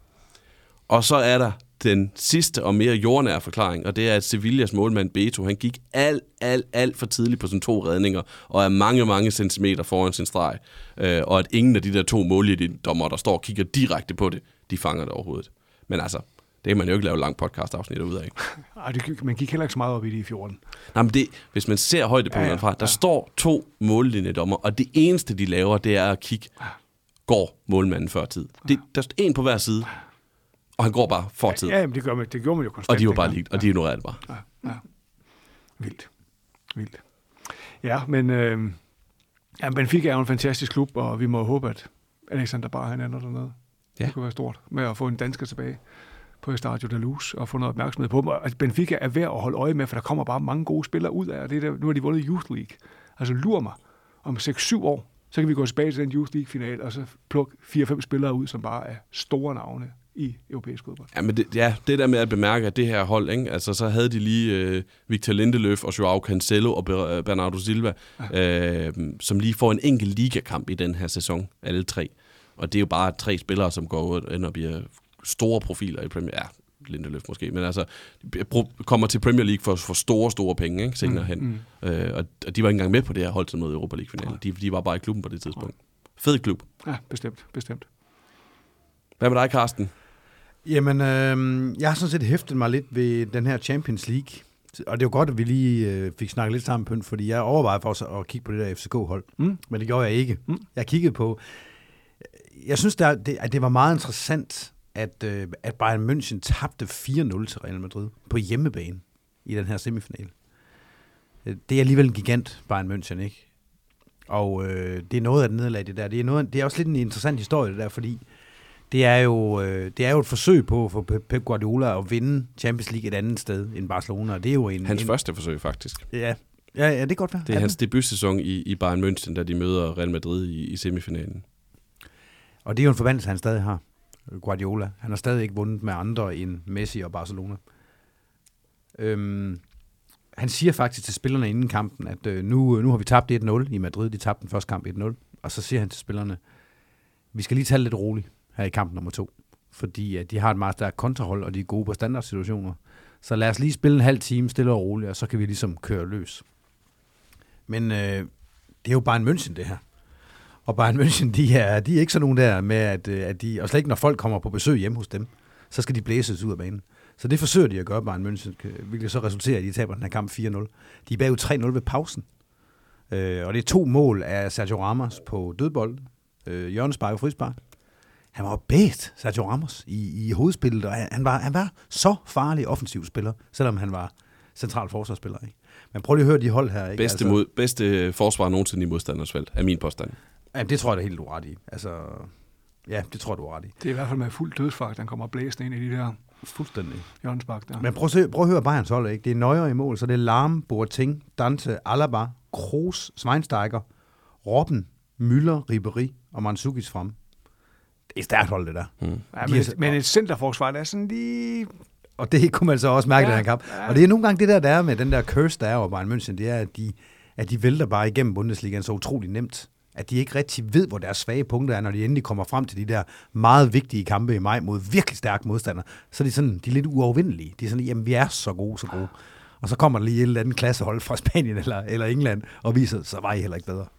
Og så er der den sidste og mere jordnære forklaring, og det er, at Sevillas målmand Beto, han gik alt, alt, alt for tidligt på sine to redninger, og er mange, mange centimeter foran sin streg, øh, og at ingen af de der to måldommer, der står og kigger direkte på det, de fanger det overhovedet. Men altså, det kan man jo ikke lave lang podcast-afsnit ud af. Ej, det, man gik heller ikke så meget op i det i fjorten. Nej, men det, hvis man ser højdepunkterne ja, ja, fra, der ja. står to mållinjedommer, og det eneste, de laver, det er at kigge, går målmanden før tid. Det, der er en på hver side. Og han går bare for tid. Ja, men det, gør man, det gjorde man jo konstant. Og de var bare lige, og de ignorerede det bare. Ja, ja. Vildt. Vildt. Ja, men øh, ja, Benfica er jo en fantastisk klub, og vi må håbe, at Alexander Bar, han ender dernede. Ja. Det kunne være stort med at få en dansker tilbage på Estadio da Luz og få noget opmærksomhed på dem. Altså, Benfica er værd at holde øje med, for der kommer bare mange gode spillere ud af, og det der, nu har de vundet Youth League. Altså lur mig, om seks syv år, så kan vi gå tilbage til den Youth League-finale, og så plukke fire fem spillere ud, som bare er store navne i europæisk fodbold. Ja, men det, ja, det der med at bemærke, at det her hold, ikke? Altså, så havde de lige øh, Victor Lindeløf og Joao Cancelo og Bernardo Silva, ja. øh, som lige får en enkelt ligakamp i den her sæson, alle tre. Og det er jo bare tre spillere, som går ind og bliver store profiler i Premier League. Ja, Lindeløf måske, men altså kommer til Premier League for, for store, store penge, ikke? Senere hen. Mm, mm. Øh, og, og de var ikke engang med på det her hold til noget Europa League-finale. De, de var bare i klubben på det tidspunkt. Fed klub. Ja, bestemt, bestemt. Hvad med dig, Carsten? Jamen, øh, jeg har sådan set hæftet mig lidt ved den her Champions League. Og det er jo godt, at vi lige øh, fik snakket lidt sammen på den, fordi jeg overvejede for også at kigge på det der F C K-hold. Mm. Men det gjorde jeg ikke. Mm. Jeg kiggede på... Jeg synes, der, det, at det var meget interessant, at, øh, at Bayern München tabte fire nul til Real Madrid på hjemmebane i den her semifinale. Det er alligevel en gigant, Bayern München, ikke? Og øh, det er noget af det nederlag, det der. Det er, noget, det er også lidt en interessant historie, det der, fordi det er jo, øh, det er jo et forsøg på for Pep Guardiola at vinde Champions League et andet sted end Barcelona. Det er jo en, hans en, første forsøg, faktisk. Ja, ja, ja det er godt være. Det er ja, hans debutsæson i, i Bayern München, da de møder Real Madrid i, i semifinalen. Og det er jo en forbandelse, han stadig har. Guardiola. Han har stadig ikke vundet med andre end Messi og Barcelona. Øhm, han siger faktisk til spillerne inden kampen, at øh, nu, nu har vi tabt et nul i Madrid. De tabte den første kamp et nul. Og så siger han til spillerne, vi skal lige tage lidt roligt her i kamp nummer to. Fordi at de har et meget stærkt kontrahold, og de er gode på standardsituationer. Så lad os lige spille en halv time stille og roligt, og så kan vi ligesom køre løs. Men øh, det er jo Bayern München, det her. Og Bayern München, de er, de er ikke sådan nogen der med, at, at de, og slet ikke når folk kommer på besøg hjemme hos dem, så skal de blæses ud af banen. Så det forsøger de at gøre, Bayern München, hvilket så resulterer i, at de taber den her kamp fire nul. De er bagud tre nul ved pausen. Øh, og det er to mål af Sergio Ramos på dødbold, øh, hjørnespark og frispark. Han var bedst, Sergio Ramos, i, i hovedspillet, og han, han, var, han var så farlig offensiv spiller, selvom han var central forsvarsspiller. Ikke? Men prøv lige at høre de hold her. Ikke? Bedste, altså, mod, bedste forsvar nogensinde i modstanders felt, er min påstand. Ja, det tror jeg, det er helt uret i. Altså, ja, det tror jeg, du er ret i. Det er i hvert fald med fuld dødsfart, den kommer blæsende ind i de der fuldstændig hjørnespark der. Men prøv at, se, prøv at høre Bayerns hold, ikke? Det er Neuer i mål, så det er Lahm, Boateng, Dante, Alaba, Kroos, Schweinsteiger, Robben, Müller, Ribéry og Mandzukic frem. Det er stærkt hold, det der. Mm. Ja, men, et, men et centerforsvar, der er sådan lige... Og det kunne man så også mærke ja, i den her kamp. Ja. Og det er nogle gange det der, der er med den der curse, der er over Bayern München, det er, at de, at de vælter bare igennem Bundesligaen så utroligt nemt. At de ikke rigtig ved, hvor deres svage punkter er, når de endelig kommer frem til de der meget vigtige kampe i maj mod virkelig stærke modstandere. Så er de, sådan, de er lidt uovervindelige. De er sådan, jamen vi er så gode, så gode. Og så kommer der lige et eller andet klassehold fra Spanien eller, eller England og viser, så var I heller ikke bedre.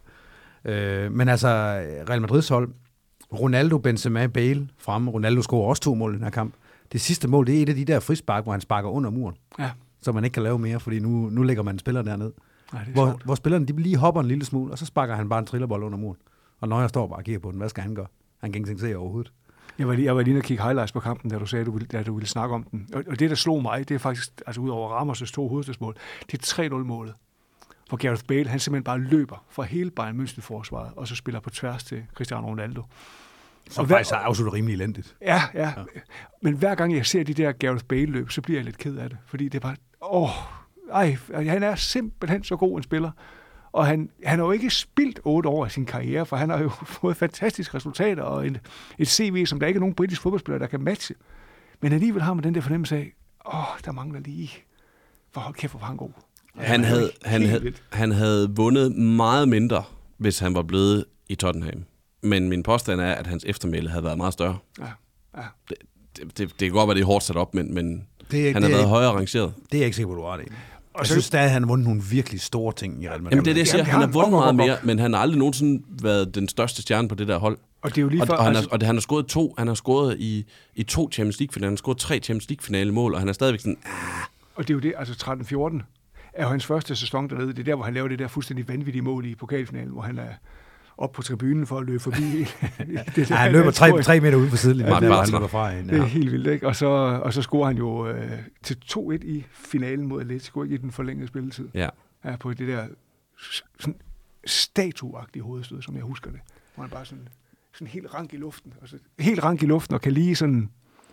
Øh, men altså, Real Madrids hold, Ronaldo, Benzema, Bale fremme. Ronaldo scorer også to mål i den her kamp. Det sidste mål, det er et af de der frispark, hvor han sparker under muren. Ja. Så man ikke kan lave mere, fordi nu, nu lægger man en spiller derned. Nej, hvor, hvor spillerne de lige hopper en lille smule, og så sparker han bare en trillerbold under muren. Og når jeg står bare og kigger på den, hvad skal han gøre? Han kan ingenting se overhovedet. Jeg var lige, jeg var lige at kigge highlights på kampen, da du sagde, at du ville, da du ville snakke om den. Og, og det, der slog mig, det er faktisk, altså ud over Ramos' to hovedstødsmål, det er tre nul-målet. Hvor Gareth Bale, han simpelthen bare løber fra hele Bayern München-forsvaret, og så spiller på tværs til Cristiano Ronaldo. Som og faktisk er absolut rimelig elendigt. Ja, ja, ja. Men hver gang jeg ser de der Gareth Bale-løb, så bliver jeg lidt ked af det. Fordi det er bare, åh, ej, han er simpelthen så god en spiller. Og han, han har jo ikke spildt otte år af sin karriere, for han har jo fået fantastiske resultater og et, et C V, som der ikke er nogen britisk fodboldspiller, der kan matche. Men alligevel har man den der fornemmelse af, åh, der mangler lige, for hold kæft, hvor var han god. Ja, han, havde, han, havde, han havde vundet meget mindre, hvis han var blevet i Tottenham. Men min påstand er, at hans eftermæle havde været meget større. Ja, ja. Det, det, det, det kan godt være, det er hårdt sat op, men, men det er, han har været ikke, højere rangeret. Det er jeg ikke sikker på, du har det. Og jeg synes stadig, at han har vundet nogle virkelig store ting i Real Madrid. Jamen det er det, jeg siger. Han har vundet meget mere, men han har aldrig nogensinde været den største stjerne på det der hold. Og det er jo lige og, for, og, han, altså, har, og det, han har scoret to. Han har scoret i, i to Champions League-finaler. Han har scoret tre Champions League-finale mål, og han er stadigvæk sådan... Ah. Og det er jo det, altså tretten fjorten er jo hans første sæson dernede. Det er der, hvor han laver det der fuldstændig vanvittige mål i pokalfinalen, hvor han er op på tribunen for at løbe forbi. det, det, ja, han løber tre, tre meter ude på sidelinjen. Ja, det, han løber fra en, ja. Det er helt vildt, ikke? Og så, og så scorer han jo øh, til to et i finalen mod Atletico, ikke i den forlængede spilletid. Ja. Ja, på det der sådan statuagtige hovedstød, som jeg husker det. Hvor han bare sådan, sådan helt rank i luften. Altså, helt rank i luften, og kan lige sådan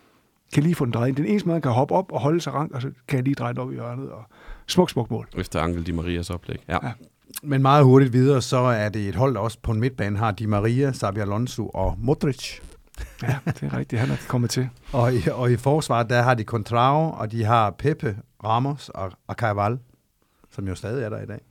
kan lige få den drejet. Den eneste måde, han kan hoppe op og holde sig rank, og så kan jeg lige dreje den op i hjørnet. Og smuk, smuk mål. Efter Angel Di Marias oplæg. Ja. Ja. Men meget hurtigt videre, så er det et hold, der også på en midtbane har Di Maria, Xabi Alonso og Modric. Ja, det er rigtigt. Han er kommet til. og, i, og i forsvaret, der har de Contrao, og de har Pepe, Ramos og, og Carval, som jo stadig er der i dag.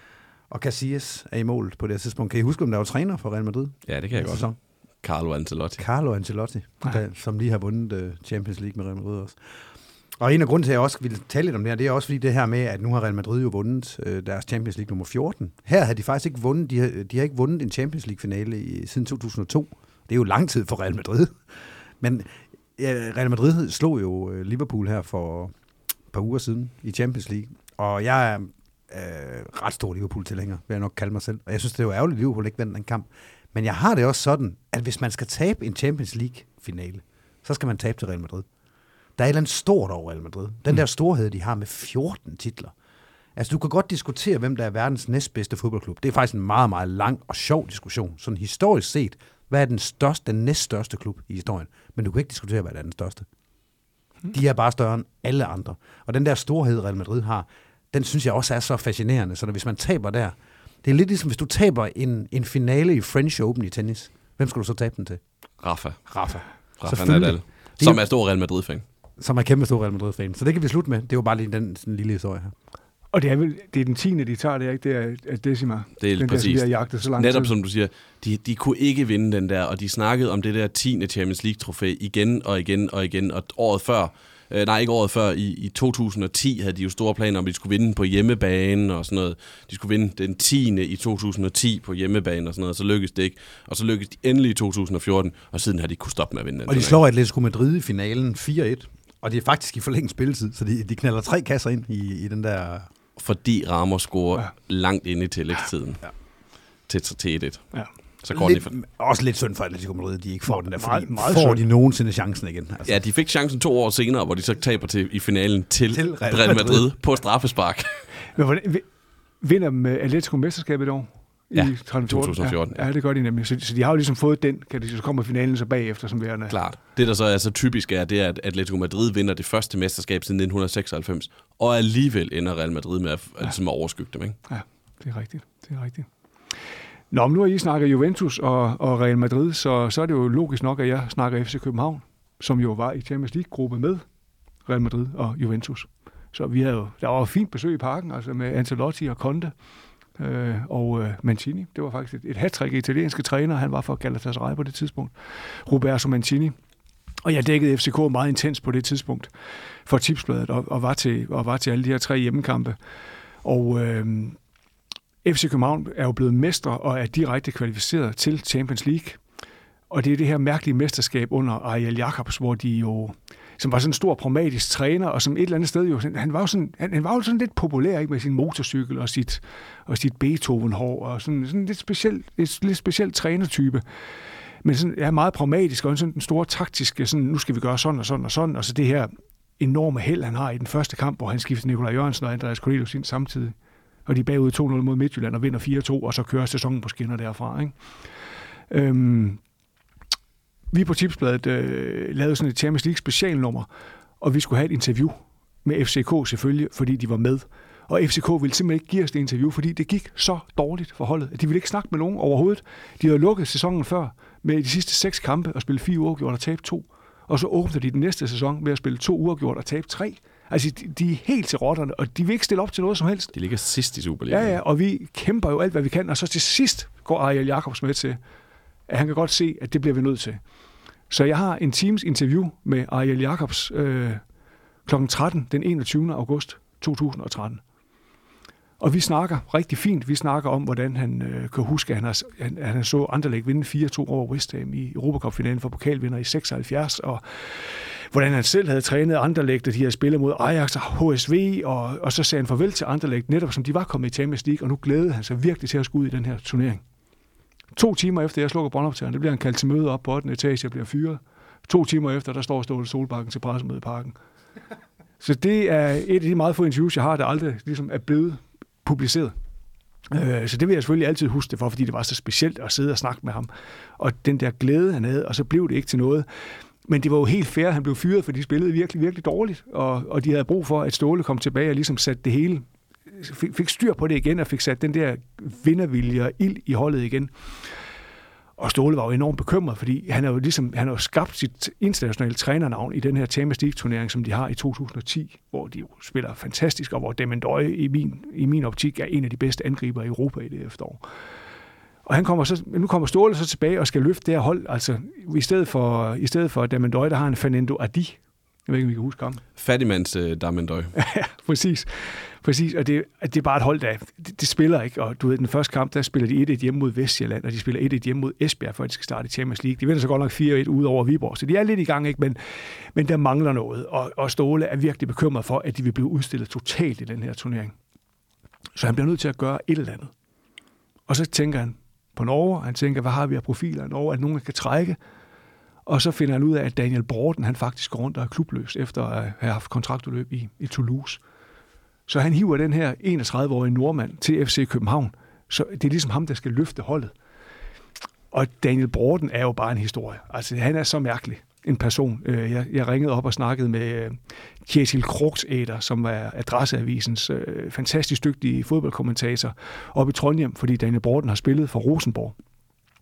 Og Casillas er i mål på det tidspunkt. Kan I huske, om der var træner for Real Madrid? Ja, det kan jeg godt. Sæson? Carlo Ancelotti. Carlo Ancelotti, der, som lige har vundet uh, Champions League med Real Madrid også. Og en af grunden til, at jeg også ville tale lidt om det her, det er også fordi det her med, at nu har Real Madrid jo vundet øh, deres Champions League nummer fjorten. Her havde de faktisk ikke vundet, de har, de har ikke vundet en Champions League-finale i, siden to tusind og to. Det er jo lang tid for Real Madrid. Men ja, Real Madrid slog jo øh, Liverpool her for et par uger siden i Champions League. Og jeg er øh, ret stor Liverpool-tilhænger, vil jeg nok kalde mig selv. Og jeg synes, det er jo ærgerligt, at Liverpool ikke vandt den kamp. Men jeg har det også sådan, at hvis man skal tabe en Champions League-finale, så skal man tabe til Real Madrid. Der er et eller andet stort over Real Madrid. Den mm. der storhed, de har med fjorten titler. Altså, du kan godt diskutere, hvem der er verdens næstbedste fodboldklub. Det er faktisk en meget, meget lang og sjov diskussion. Sådan historisk set, hvad er den største, den næststørste klub i historien? Men du kan ikke diskutere, hvad der er den største. Mm. De er bare større end alle andre. Og den der storhed, Real Madrid har, den synes jeg også er så fascinerende. Så hvis man taber der, det er lidt ligesom, hvis du taber en, en finale i French Open i tennis. Hvem skal du så tabe den til? Rafa. Rafa. Rafa Nadal, som er stor Real Madrid-fan. Som er kæmpe stor Real Madrid-fan. Så det kan vi slutte med. Det var bare lige den sådan lille historie her. Og det er vel det er den tiende, de tager, det er ikke? Det er Decima. Det er den præcis. Der, som de har jagtet så lang Netop tid. som du siger, de, de kunne ikke vinde den der, og de snakkede om det der tiende Champions League-trofæ igen og igen og igen, og året før, øh, nej ikke året før, i, i to tusind og ti havde de jo store planer om, at de skulle vinde på hjemmebane og sådan noget. De skulle vinde den tiende i to tusind og ti på hjemmebane og sådan noget, og så lykkedes det ikke. Og så lykkedes de endelig i to tusind og fjorten, og siden har de ikke kunne stoppe med at vinde den. Og de slår Atletico Madrid i finalen fire et, og det er faktisk i forlænget spilletid, så de, de knalder tre kasser ind i, i den der... Fordi Ramos scorer ja. langt inde i tillægstiden ja. til, til et et. Ja. Så går lidt, for... Også lidt synd for Atletico Madrid, de ikke får den der, fordi meget, meget får synd. de nogensinde chancen igen. Altså. Ja, de fik chancen to år senere, hvor de så taber til i finalen til, til Real Real Madrid, Madrid på straffespark. Men hvordan, vinder med Atletico mesterskabet i år? Ja, I to tusind og fjorten. Ja, ja, det gør de nemlig. Så, så de har jo ligesom fået den, kan de, så kommer finalen så bagefter som værende. Klart. Det, der så er så typisk, er, det er, at Atletico Madrid vinder det første mesterskab siden nitten seksoghalvfems, og alligevel ender Real Madrid med at, ja. ligesom at overskygge dem, ikke? Ja, det er rigtigt. Det er rigtigt. Nå, men nu har I snakket Juventus og, og Real Madrid, så, så er det jo logisk nok, at jeg snakker F C København, som jo var i Champions League-gruppe med Real Madrid og Juventus. Så vi havde jo, der var jo fint besøg i parken, altså med Ancelotti og Conte. Øh, og øh, Mancini, det var faktisk et, et hat-trick af italienske træner, han var for Galatasaray på det tidspunkt, Roberto Mancini. Og jeg dækkede F C K meget intens på det tidspunkt for Tipsbladet, og, og, var, til, og var til alle de her tre hjemmekampe. Og øh, F C København er jo blevet mestre og er direkte kvalificeret til Champions League. Og det er det her mærkelige mesterskab under Ariel Jacobs, hvor de jo, som var sådan en stor pragmatisk træner, og som et eller andet sted jo, han var jo sådan, han, han var jo sådan lidt populær, ikke, med sin motorcykel og sit, og sit Beethoven-hår, og sådan, sådan lidt speciel, et lidt speciel trænertype. Men sådan, er meget pragmatisk, og sådan den store taktiske, sådan, nu skal vi gøre sådan og sådan og sådan, og så det her enorme held, han har i den første kamp, hvor han skifter Nikolaj Jørgensen og Andreas Cornelius ind samtidig. Og de er bagud to nul mod Midtjylland og vinder fire to, og så kører sæsonen på skinner derfra, ikke? Øhm, vi på Tipsbladet øh, lavede sådan et Champions League specialnummer, og vi skulle have et interview med F C K selvfølgelig, fordi de var med. Og F C K ville simpelthen ikke give os det interview, fordi det gik så dårligt for holdet, at de ville ikke snakke med nogen overhovedet. De havde lukket sæsonen før med de sidste seks kampe og spille fire uafgjort og tabe to. Og så åbner de den næste sæson med at spille to uafgjort og tabe tre. Altså, de, de er helt til rotterne, og de vil ikke stille op til noget som helst. De ligger sidst i Superligaen. Ja, ja, og vi kæmper jo alt, hvad vi kan, og så til sidst går Ariel Jacobs med til, at han kan godt se, at det bliver vi nødt til. Så jeg har en Teams interview med Ariel Jacobs øh, klokken tretten den enogtyvende august to tusind og tretten. Og vi snakker rigtig fint. Vi snakker om, hvordan han øh, kan huske, at han, har, han, han så Anderlecht vinde fire to over West Ham i Europacup-finalen for pokalvinder i seksoghalvfjerds, og hvordan han selv havde trænet Anderlecht, og de havde spillet mod Ajax og H S V, og, og så sagde han farvel til Anderlecht, netop som de var kommet i Champions League, og nu glædede han sig virkelig til at skulle ud i den her turnering. To timer efter, jeg slukker båndoptageren, det bliver han kaldt til møde op på ottende etage og bliver fyret. To timer efter, der står Ståle Solbakken til pressemøde i parken. Så det er et af de meget få interviews, jeg har, der aldrig ligesom er blevet publiceret. Øh, så det vil jeg selvfølgelig altid huske det for, fordi det var så specielt at sidde og snakke med ham. Og den der glæde, han havde, og så blev det ikke til noget. Men det var jo helt fair, at han blev fyret, for de spillede virkelig, virkelig dårligt. Og, og de havde brug for, at Ståle kom tilbage og ligesom satte det hele, fik, fik styr på det igen, og fik sat den der vindervilje og ild i holdet igen. Og Ståle var jo enormt bekymret, fordi han har jo ligesom, han har jo skabt sit internationale trænernavn i den her Champions League-turnering, som de har i to tusind og ti, hvor de jo spiller fantastisk, og hvor Demendøje i min, i min optik er en af de bedste angriber i Europa i det efterår. Og han kommer så, nu kommer Ståle så tilbage og skal løfte det her hold. Altså, i stedet for, i stedet for Demendøje, der har han Fernando Adi. Jeg ved ikke, om I kan huske ham. Fattigmands uh, Demendøje. Ja, præcis. Præcis, og det, det er bare et hold, der det, det spiller ikke. Og du ved, den første kamp, der spiller de et et hjemme mod Vestjylland, og de spiller et et hjemme mod Esbjerg, før de skal starte i Champions League. De vinder så godt nok fire et ud over Viborg, så de er lidt i gang, ikke? Men, men der mangler noget, og, og Ståle er virkelig bekymret for, at de vil blive udstillet totalt i den her turnering. Så han bliver nødt til at gøre et eller andet. Og så tænker han på Norge, han tænker, hvad har vi af profiler i Norge, at nogen kan trække, og så finder han ud af, at Daniel Bråten, han faktisk går rundt og er klubløs, efter at have haft kontraktudløb i, i Toulouse. Så han hiver den her enogtredive-årige nordmand til F C København. Så det er ligesom ham, der skal løfte holdet. Og Daniel Bråten er jo bare en historie. Altså, han er så mærkelig en person. Jeg, jeg ringede op og snakkede med Kjetil Krogsæder, som er Adresseavisens øh, fantastisk dygtige fodboldkommentator oppe i Trondheim, fordi Daniel Bråten har spillet for Rosenborg.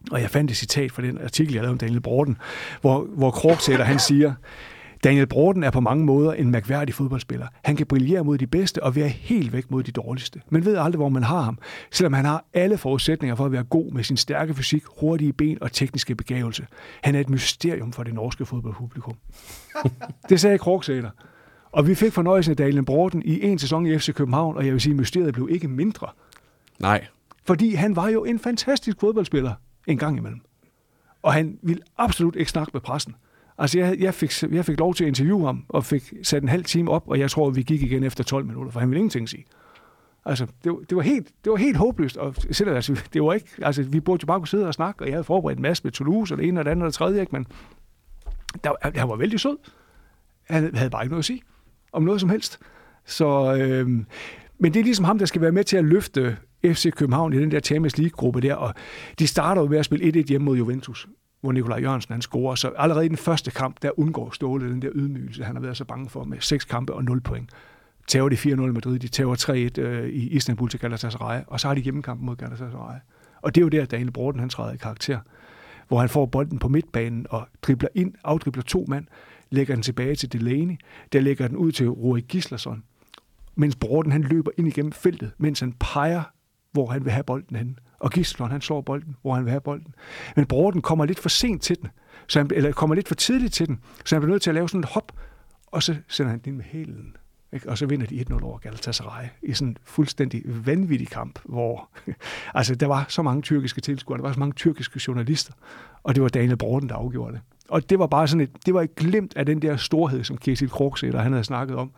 Og jeg fandt et citat fra den artikel, jeg lavede om Daniel Broughton, hvor, hvor Krogstætter, han siger, Daniel Broughton er på mange måder en mærkværdig fodboldspiller. Han kan brillere mod de bedste og være helt væk mod de dårligste. Man ved aldrig, hvor man har ham, selvom han har alle forudsætninger for at være god med sin stærke fysik, hurtige ben og tekniske begavelse. Han er et mysterium for det norske fodboldpublikum. Det sagde Krogstætter. Og vi fik fornøjelsen af Daniel Broughton i en sæson i F C København, og jeg vil sige, at mysteriet blev ikke mindre. Nej. Fordi han var jo en fantastisk fodboldspiller en gang imellem. Og han ville absolut ikke snakke med pressen. Altså, jeg, jeg, fik, jeg fik lov til at interviewe ham, og fik sat en halv time op, og jeg tror, vi gik igen efter tolv minutter, for han ville ingenting sige. Altså, det, det, var, helt, det var helt håbløst, og selv, altså, det var ikke, altså, vi burde jo bare kunne sidde og snakke, og jeg havde forberedt en masse med Toulouse, og det ene og det andet og det tredje, ikke? Men der, han var vældig sød. Han havde bare ikke noget at sige om noget som helst. Så, øh, men det er ligesom ham, der skal være med til at løfte F C København i den der Champions League-gruppe der, og de starter jo med at spille et et hjemme mod Juventus, hvor Nikolaj Jørgensen han scorer. Så allerede i den første kamp, der undgår Ståle den der ydmygelse, han har været så bange for, med seks kampe og nul point. Tager de fire nul Madrid, de tager tre et øh, i Istanbul til Galatasaray, og så har de hjemmekampen mod Galatasaray. Og det er jo der, Daniel Broughton han træder i karakter, hvor han får bolden på midtbanen og dribler ind, afdribler to mand, lægger den tilbage til Delaney, der lægger den ud til Rorik Gislason, mens Broughton han løber ind igennem feltet, mens han peger, hvor han vil have bolden hen. Og Gislason han slår bolden, hvor han vil have bolden. Men Broughton kommer lidt for sent til den, så han, eller kommer lidt for tidligt til den, så han bliver nødt til at lave sådan et hop, og så sender han den ind med hælen. Ikke? Og så vinder de et nul over Galatasaray i sådan en fuldstændig vanvittig kamp, hvor altså, der var så mange tyrkiske tilskuere, der var så mange tyrkiske journalister, og det var Daniel Broughton, der afgjorde det. Og det var bare sådan et, det var et glimt af den der storhed, som Kjetil Krogstætter, han havde snakket om.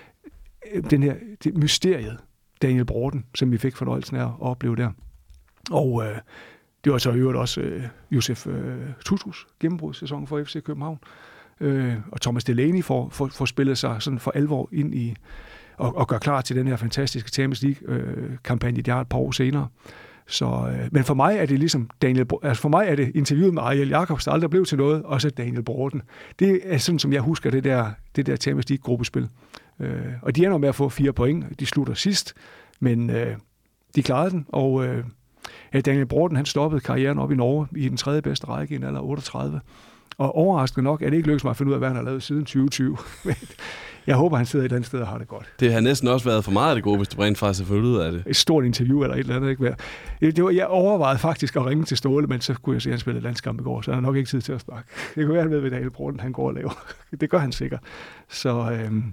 Den her, det mysteriet, Daniel Broughton, som vi fik fornøjelsen af at opleve der. Og øh, det var så i øvrigt også øh, Josef øh, Tutus gennembrudssæson for F C København. Øh, og Thomas Delaney får, får, får spillet sig sådan for alvor ind i og, og gør klar til den her fantastiske Champions League-kampagne, øh, de har et par år senere. Så, øh, men for mig er det ligesom Daniel, altså for mig er det interviewet med Ariel Jacobs, der aldrig blev til noget, og så Daniel Broughton. Det er sådan, som jeg husker det der, det der Champions League-gruppespil. Øh, og de ender med at få fire point. De slutter sidst, men øh, de klarede den, og øh, ja, Daniel Broughton, han stoppede karrieren op i Norge i den tredje bedste række i en alder af otteogtredive. Og overraskende nok er det ikke lykkedes mig at finde ud af, hvad han har lavet siden tyve tyve. Jeg håber, han sidder et andet sted og har det godt. Det har næsten også været for meget af det gode, hvis du rent faktisk har fundet ud af det. Et stort interview eller et eller andet. Ikke? Det var, jeg overvejede faktisk at ringe til Ståle, men så kunne jeg se, at han spillede landskamp i går, så han har nok ikke tid til at snakke. Det kunne være, at han ved, hvad Daniel Broughton han går og laver. Det gør han sikkert. Så øhm,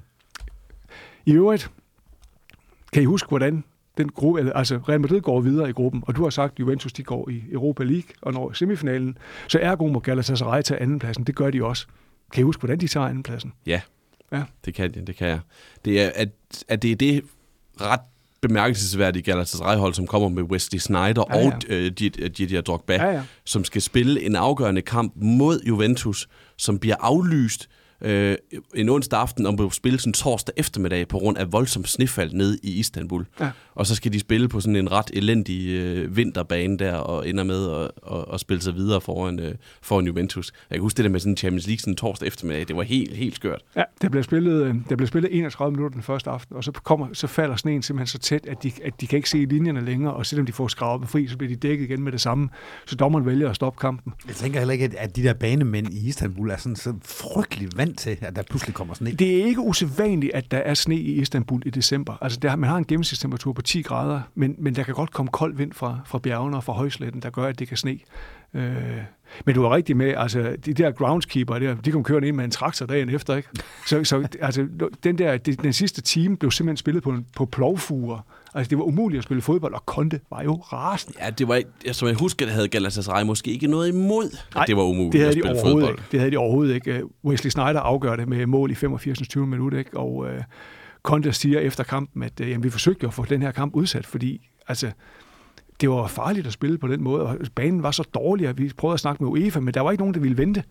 i øvrigt, kan I huske, hvordan den gruppe, altså Real Madrid går videre i gruppen, og du har sagt, at Juventus de går i Europa League og når semifinalen, så ergo må Galatasaray tage andenpladsen. Det gør de også. Kan I huske, hvordan de tager andenpladsen? Ja, ja. Det kan jeg. Det kan jeg. Det er, at, at det er det ret bemærkelsesværdige Galatasaray-hold, som kommer med Wesley Sneijder ja, ja. og øh, Didier Drogba, ja, ja. som skal spille en afgørende kamp mod Juventus, som bliver aflyst Øh, en onsdag aften, og må spille sådan torsdag eftermiddag på grund af voldsomt snefald nede i Istanbul. Ja. Og så skal de spille på sådan en ret elendig øh, vinterbane der, og ender med at og, og spille sig videre foran, øh, foran Juventus. Jeg kan huske det der med sådan en Champions League sådan torsdag eftermiddag. Det var helt, helt skørt. Ja, der blev spillet, der blev spillet enogtredive minutter den første aften, og så, kommer, så falder sneen simpelthen så tæt, at de, at de kan ikke se linjerne længere, og selvom de får skravet fri, så bliver de dækket igen med det samme. Så dommeren vælger at stoppe kampen. Jeg tænker heller ikke, at de der banemænd i Istanbul er sådan så frygteligt vant til, at der pludselig kommer sne. Det er ikke usædvanligt, at der er sne i Istanbul i december. Altså, der, man har en gennemsnitstemperatur på ti grader, men, men der kan godt komme kold vind fra, fra bjergene og fra højsletten, der gør, at det kan sne. Øh, men du er rigtig med, altså, de der groundskeeper, der, de kom kørende ind med en traktor dagen efter, ikke? Så, så altså, den, der, den sidste time blev simpelthen spillet på, på plovfuger. Altså, det var umuligt at spille fodbold, og Conte var jo rasende. Ja, det var, som jeg husker, det havde Galatasaray måske ikke noget imod, Nej, at det var umuligt det at spille fodbold. Ikke. Det havde de overhovedet ikke. Wesley Sneijder afgør det med mål i femogfirs tyve minutter, ikke? Og uh, Conte siger efter kampen, at uh, jamen, vi forsøgte at få den her kamp udsat, fordi altså, det var farligt at spille på den måde, og banen var så dårlig, at vi prøvede at snakke med UEFA, men der var ikke nogen, der ville vente.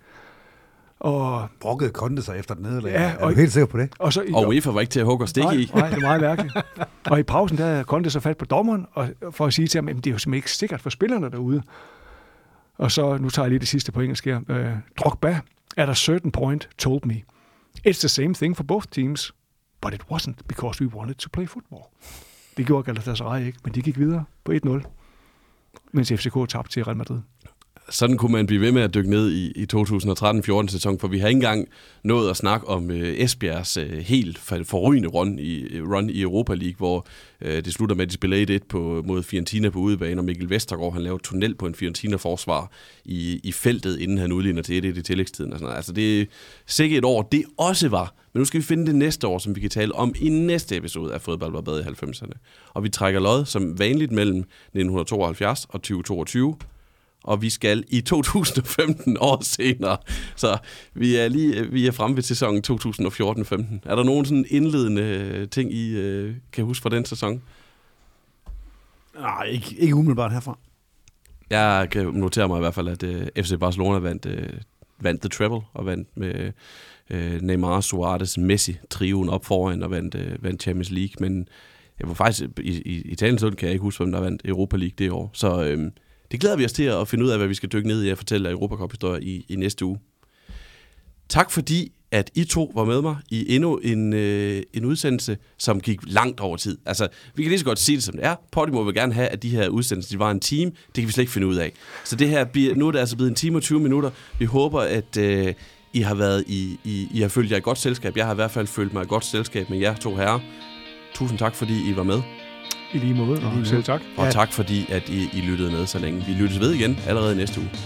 Og brokkede Conte sig efter den nederlag. Ja, er du helt sikker på det? Og, så, og UEFA var ikke til at hugge og stikke nej, i. Nej, det er meget mærkeligt. Og i pausen, der havde Conte så fat på dommeren, og for at sige til ham, at det er jo simpelthen ikke sikkert for spillerne derude. Og så, nu tager jeg lige det sidste på engelsk her. Uh, Drogba, at a certain point, told me, it's the same thing for both teams, but it wasn't because we wanted to play football. Det gjorde Galatasaray ikke, men de gik videre på et nul, mens F C K tabte til Real Madrid. sådan kunne man blive ved med at dykke ned i, i to tusind og tretten fjorten sæson, for vi har ikke engang nået at snakke om øh, Esbjergs øh, helt forrygende run i, run i Europa League, hvor øh, det slutter med, at de spiller et et på, mod Fiorentina på udebane, og Mikkel Vestergaard, han laver tunnel på en Fiorentina-forsvar i, i feltet, inden han udligner til et et i tillægstiden. Og sådan noget. Altså det er sikkert et år, det også var. Men nu skal vi finde det næste år, som vi kan tale om i næste episode af Fodbold var bedre i halvfemserne. Og vi trækker lod som vanligt mellem nitten tooghalvfjerds og tyve toogtyve. Og vi skal i to tusind og femten år senere. Så vi er lige vi er fremme ved sæsonen to tusind og fjorten femten. Er der nogen sådan indledende ting, I øh, kan huske fra den sæson? Nej, ikke, ikke umiddelbart herfra. Jeg kan notere mig i hvert fald, at øh, F C Barcelona vandt, øh, vandt The Treble og vandt med øh, Neymar, Suarez, Messi trioen op foran og vandt, øh, vandt Champions League. Men jeg var faktisk i, i, i talens stund kan jeg ikke huske, hvem der vandt Europa League det år. Så øh, det glæder vi os til at finde ud af, hvad vi skal dykke ned i at fortælle af Europacup-historie i, i næste uge. Tak fordi, at I to var med mig i endnu en, øh, en udsendelse, som gik langt over tid. Altså, vi kan lige så godt sige det, som det er. Podimo vil gerne have, at de her udsendelser, de var en time. Det kan vi slet ikke finde ud af. Så det her bliver, nu er det altså blevet en time og tyve minutter. Vi håber, at øh, I har været i, I, I har følt jer i godt selskab. Jeg har i hvert fald følt mig i godt selskab med jer to herrer. Tusind tak, fordi I var med. I lige måde, og selv tak. Og ja. Tak, fordi at I, I lyttede med så længe. Vi lyttes ved igen allerede næste uge.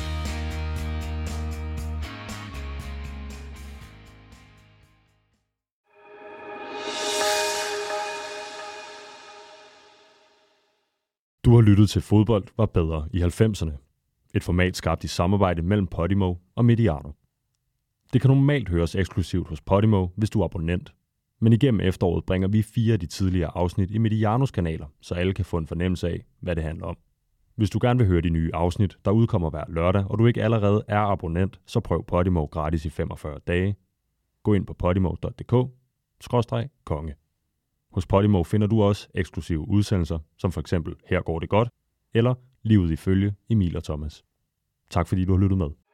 Du har lyttet til Fodbold var bedre i halvfemserne. Et format skabt i samarbejde mellem Podimo og Mediano. Det kan normalt høres eksklusivt hos Podimo, hvis du er abonnent. Men igennem efteråret bringer vi fire af de tidligere afsnit i Medianos kanaler, så alle kan få en fornemmelse af, hvad det handler om. Hvis du gerne vil høre de nye afsnit, der udkommer hver lørdag, og du ikke allerede er abonnent, så prøv Podimo gratis i femogfyrre dage. Gå ind på podimo punktum d k skråstreg konge. Hos Podimo finder du også eksklusive udsendelser, som for eksempel Her går det godt, eller Livet i følge Emil og Thomas. Tak fordi du har lyttet med.